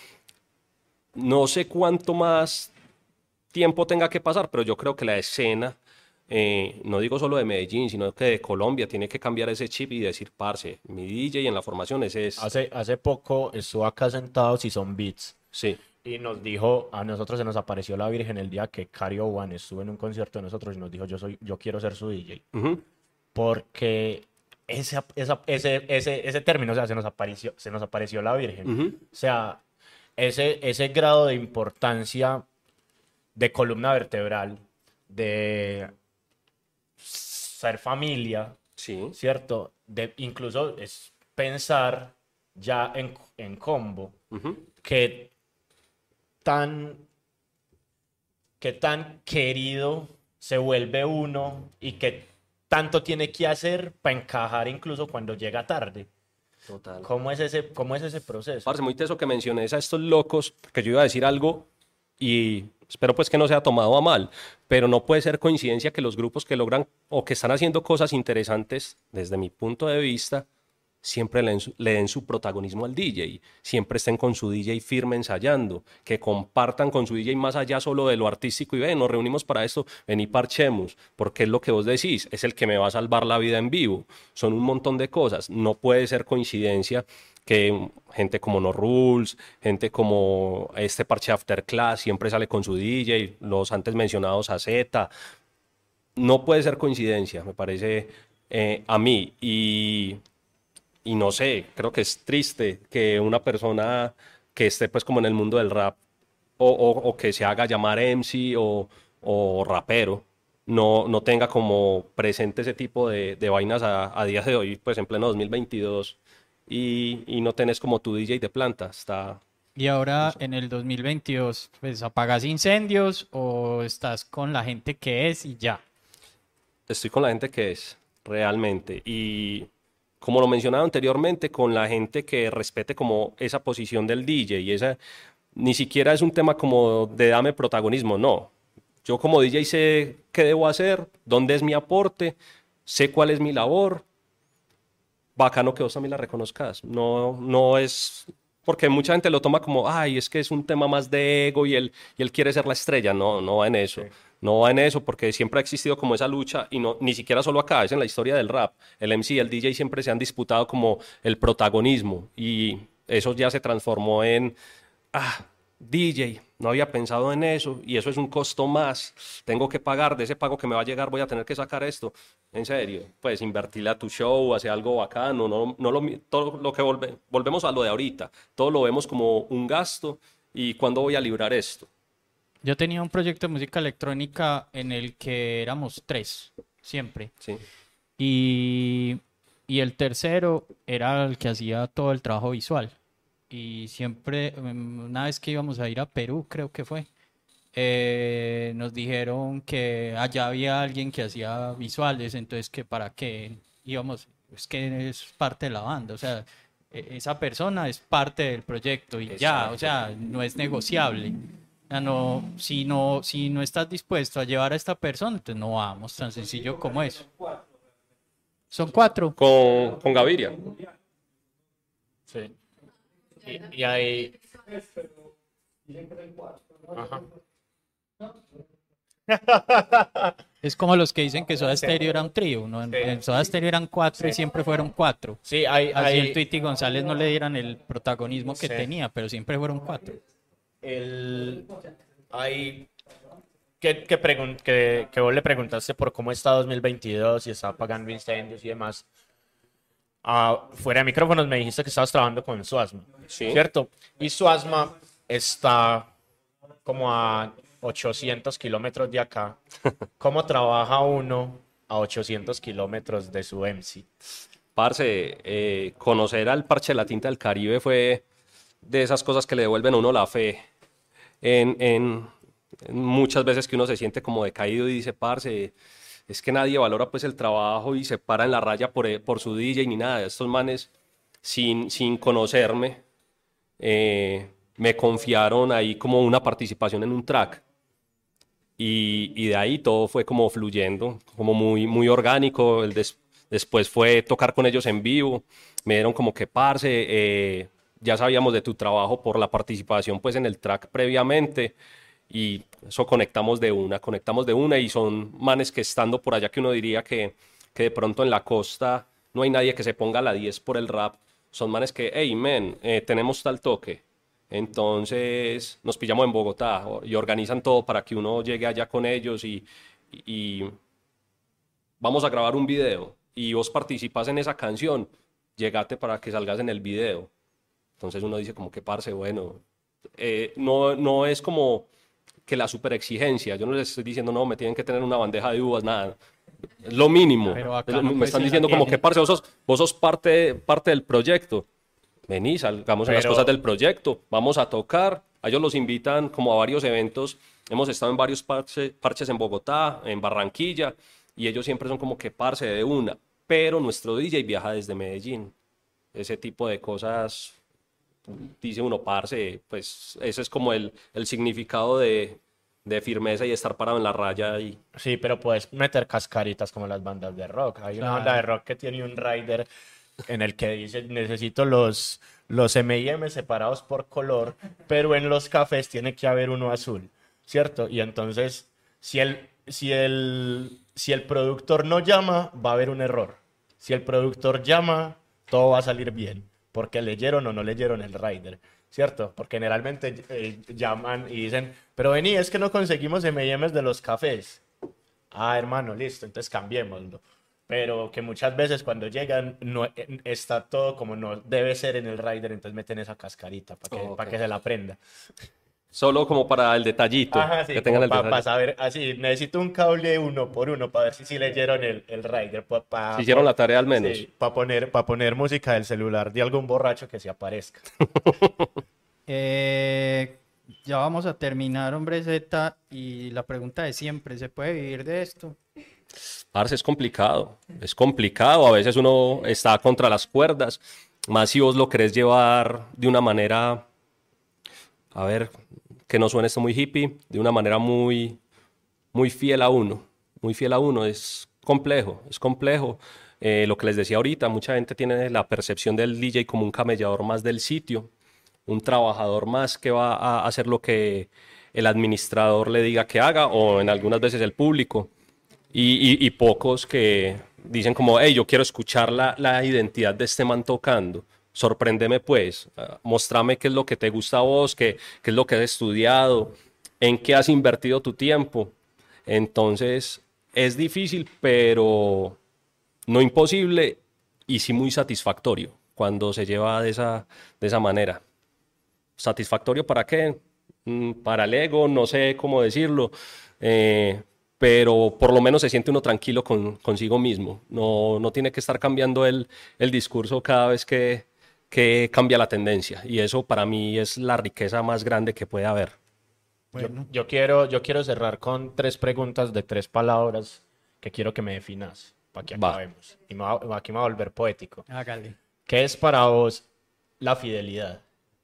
No sé cuánto más tiempo tenga que pasar, pero yo creo que la escena, eh, no digo solo de Medellín, sino que de Colombia, tiene que cambiar ese chip y decir, parce, mi D J en la formación ese es... Hace, hace poco estuvo acá sentado si son Beats Sí, y nos dijo, a nosotros se nos apareció la Virgen el día que Cario One estuvo en un concierto de nosotros y nos dijo, yo soy, yo quiero ser su D J. ujú, Porque ese, esa- ese, ese, ese término, o sea, se nos apareció, se nos apareció la Virgen. ujú. O sea, ese, ese grado de importancia de columna vertebral, de ser familia, Sí, ¿cierto? De, incluso es pensar ya en, en combo, ujú. que tan, que tan querido se vuelve uno y que tanto tiene que hacer para encajar incluso cuando llega tarde. Total. ¿Cómo es ese, cómo es ese proceso? Parce, muy teso que menciones a estos locos, porque yo iba a decir algo y espero pues que no sea tomado a mal, pero no puede ser coincidencia que los grupos que logran o que están haciendo cosas interesantes, desde mi punto de vista, siempre le den, su, le den su protagonismo al D J, siempre estén con su D J firme ensayando, que compartan con su D J más allá solo de lo artístico y ven, nos reunimos para esto, ven y parchemos, porque es lo que vos decís, es el que me va a salvar la vida en vivo, son un montón de cosas, no puede ser coincidencia que gente como No Rules, gente como este parche After Class siempre sale con su D J, los antes mencionados A Z, no puede ser coincidencia, me parece eh, a mí, y... Y no sé, creo que es triste que una persona que esté pues como en el mundo del rap o, o, o que se haga llamar M C o, o rapero no, no tenga como presente ese tipo de, de vainas a, a día de hoy, pues en pleno dos mil veintidós y, y no tenés como tu D J de planta. Está, Y ahora en el dos mil veintidós, pues apagas incendios o estás con la gente que es y ya. estoy con la gente que es realmente y como lo mencionaba anteriormente, con la gente que respete como esa posición del D J y esa ni siquiera es un tema como de dame protagonismo, no. Yo como D J sé qué debo hacer, dónde es mi aporte, sé cuál es mi labor. Bacano que vos también la reconozcas. No, no es porque mucha gente lo toma como, ay, es que es un tema más de ego y él, y él quiere ser la estrella. No, no va en eso. Sí. No va en eso porque siempre ha existido como esa lucha y no, ni siquiera solo acá, es en la historia del rap. El M C y el D J siempre se han disputado como el protagonismo y eso ya se transformó en, ah, D J, no había pensado en eso y eso es un costo más. Tengo que pagar, de ese pago que me va a llegar voy a tener que sacar esto. En serio, pues invertirle a tu show, hacer algo bacano, no, no lo, mi- todo lo que volve- volvemos a lo de ahorita. Todo lo vemos como un gasto y ¿cuándo voy a librar esto? Yo tenía un proyecto de música electrónica en el que éramos tres, siempre. Sí. Y, y el tercero era el que hacía todo el trabajo visual. Y siempre, em, una vez que íbamos a ir a Perú, creo que fue, eh, nos dijeron que allá había alguien que hacía visuales, entonces que para qué íbamos, es que es parte de la banda, o sea, e- esa persona es parte del proyecto y ya, o Exacto. sea, no es negociable. O sea, no, si no, si no estás dispuesto a llevar a esta persona, entonces no vamos, tan sencillo como eso. Son cuatro. Con, con Gaviria. Sí. Y, y ahí... Ajá. Es como los que dicen que Soda Stereo era un trío, ¿no? En, Sí. en Soda Stereo eran cuatro y siempre fueron cuatro. Sí, hay, Así el hay Tweety González no le dieran el protagonismo que Sí. tenía, pero siempre fueron cuatro. el... Hay... Que, que, pregun- que, que vos le preguntaste por cómo está dos mil veintidós y está apagando incendios y demás. Ah, fuera de micrófonos me dijiste que estabas trabajando con Suasma, Sí. ¿cierto? Y Suasma está como a ochocientos kilómetros de acá. ¿Cómo trabaja uno a ochocientos kilómetros de su M C. Parce, eh, conocer al Parche de la Tinta del Caribe fue de esas cosas que le devuelven a uno la fe en, en, en muchas veces que uno se siente como decaído y dice, parce, es que nadie valora pues el trabajo y se para en la raya por, eh, por su D J ni nada. Estos manes, sin, sin conocerme, eh, me confiaron ahí como una participación en un track. Y, y de ahí todo fue como fluyendo, como muy, muy orgánico. El des- después fue tocar con ellos en vivo. Me dieron como que, parce, eh, ya sabíamos de tu trabajo por la participación pues en el track previamente. Y eso conectamos de una, conectamos de una. Y son manes que estando por allá que uno diría que, que de pronto en la costa no hay nadie que se ponga a la diez por el rap. Son manes que, hey, men, eh, tenemos tal toque. Entonces nos pillamos en Bogotá o- y organizan todo para que uno llegue allá con ellos y, y- y vamos a grabar un video y vos participas en esa canción, llegate para que salgas en el video. Entonces uno dice como que parce, bueno, eh, no, no es como que la super exigencia, yo no les estoy diciendo no, me tienen que tener una bandeja de uvas, nada, es lo mínimo. Pero Es acá lo- no me pues están se la diciendo como que tienen. parce, vos sos, vos sos parte, parte del proyecto. Vení, salgamos en las Pero- cosas del proyecto, vamos a tocar. A ellos los invitan como a varios eventos. Hemos estado en varios parche- parches en Bogotá, en Barranquilla, y ellos siempre son como que parce de una. Pero nuestro D J viaja desde Medellín. Ese tipo de cosas, dice uno, parce, pues ese es como el, el significado de, de firmeza y estar parado en la raya. Y Sí, pero puedes meter cascaritas como las bandas de rock. Hay una banda de Claro. rock que tiene un rider en el que dice, necesito los, los M y M separados por color, pero en los cafés tiene que haber uno azul, ¿cierto? Y entonces, si el, si el, si el productor no llama, va a haber un error. Si el productor llama, todo va a salir bien, porque leyeron o no leyeron el rider, ¿cierto? Porque generalmente eh, llaman y dicen, pero vení, es que no conseguimos M y M's de los cafés. Ah, hermano, listo, entonces cambiémoslo. Pero que muchas veces cuando llegan no eh, está todo como no debe ser en el rider, entonces meten esa cascarita para que, Ok. para que se la prenda. solo como para el detallito, Ajá, sí, que tengan como el para detalle. saber, así, necesito un cable uno por uno para ver si sí leyeron el, el rider, para Si hicieron la tarea al menos. sí, pa poner, pa poner música del celular de algún borracho que se aparezca. Eh, ya vamos a terminar, hombre Z, y la pregunta de siempre, ¿se puede vivir de esto? Parce, es complicado, es complicado, a veces uno está contra las cuerdas, más si vos lo querés llevar de una manera, a ver, que no suene esto muy hippie, de una manera muy, muy fiel a uno, muy fiel a uno, es complejo, es complejo. Eh, lo que les decía ahorita, mucha gente tiene la percepción del D J como un camellador más del sitio, un trabajador más que va a hacer lo que el administrador le diga que haga o en algunas veces el público. Y, y- y pocos que dicen como, hey, yo quiero escuchar la, la identidad de este man tocando. Sorpréndeme pues, ah, mostrame qué es lo que te gusta a vos, qué, qué es lo que has estudiado, en qué has invertido tu tiempo. Entonces, es difícil, pero no imposible y sí muy satisfactorio cuando se lleva de esa, de esa manera. ¿Satisfactorio para qué? Mm, Para el ego, no sé cómo decirlo, eh, pero por lo menos se siente uno tranquilo con, consigo mismo. No, no tiene que estar cambiando el, el discurso cada vez que, que cambia la tendencia. Y eso para mí es la riqueza más grande que puede haber. Yo, Bueno, yo quiero, yo quiero cerrar con tres preguntas de tres palabras que quiero que me definas para que Va. acabemos. Y me va- aquí me va a volver poético. hágale. ¿Qué es para vos la fidelidad?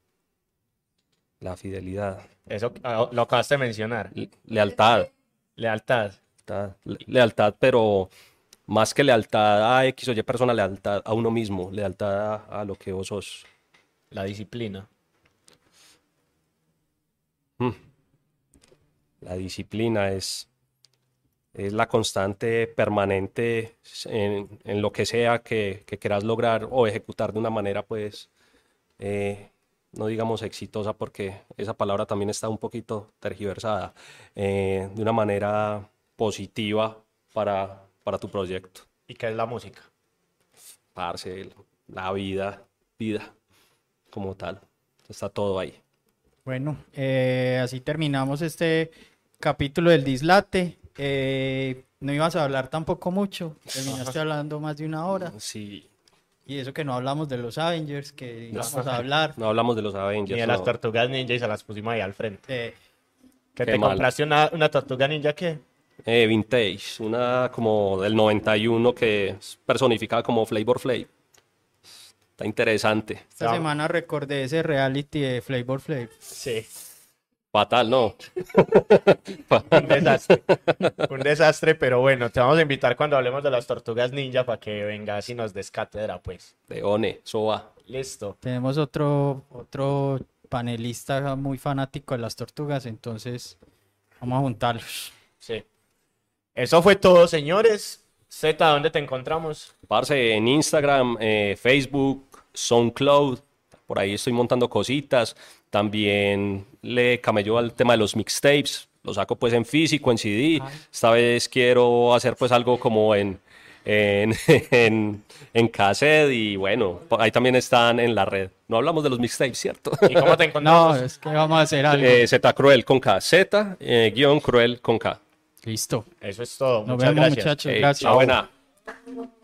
La fidelidad, Eso ah, lo acabaste de mencionar. le- lealtad, Lealtad. lealtad, le- lealtad, pero más que lealtad a X o Y persona, lealtad a uno mismo, lealtad a, a lo que vos sos. La disciplina. La disciplina es, es la constante permanente en, en lo que sea que, que quieras lograr o ejecutar de una manera, pues, eh, no digamos exitosa, porque esa palabra también está un poquito tergiversada, eh, de una manera positiva para, para tu proyecto. ¿Y qué es la música? Parce, la vida, vida como tal, está todo ahí. Bueno, eh, así terminamos este capítulo del Dislate. eh, no ibas a hablar tampoco mucho, terminaste hablando más de una hora. Sí, Y eso que no hablamos de los Avengers, que íbamos a hablar. no hablamos de los Ni Avengers. de las no. tortugas ninja y se las pusimos ahí al frente. Eh, ¿Que Qué te mal. compraste una, una tortuga ninja qué? Eh, vintage, una como del noventa y uno que es personificada como Flavor Flav. Está interesante. esta No. semana recordé ese reality de Flavor Flav. Sí. Fatal, ¿no? Un desastre. Un desastre, pero bueno, te vamos a invitar cuando hablemos de las tortugas ninja para que vengas y nos des cátedra, pues. Leone, eso va. Listo. Tenemos otro, otro panelista muy fanático de las tortugas, entonces vamos a juntarlos. Sí. Eso fue todo, señores. Z, ¿dónde te encontramos? Parce, en Instagram, eh, Facebook, SoundCloud, por ahí estoy montando cositas. También le camelló al tema de los mixtapes, lo saco pues en físico, en C D. Esta vez quiero hacer pues algo como en, en, en, en cassette y bueno, por ahí también están en la red. No hablamos de los mixtapes, ¿cierto? ¿Y cómo te No, encontramos? es que vamos a hacer algo. Eh, Z Cruel con K, Z, eh, guión Cruel con K. Listo. Eso es todo. Nos Muchas vemos, gracias. muchachos. Ey, Gracias. chao, buena.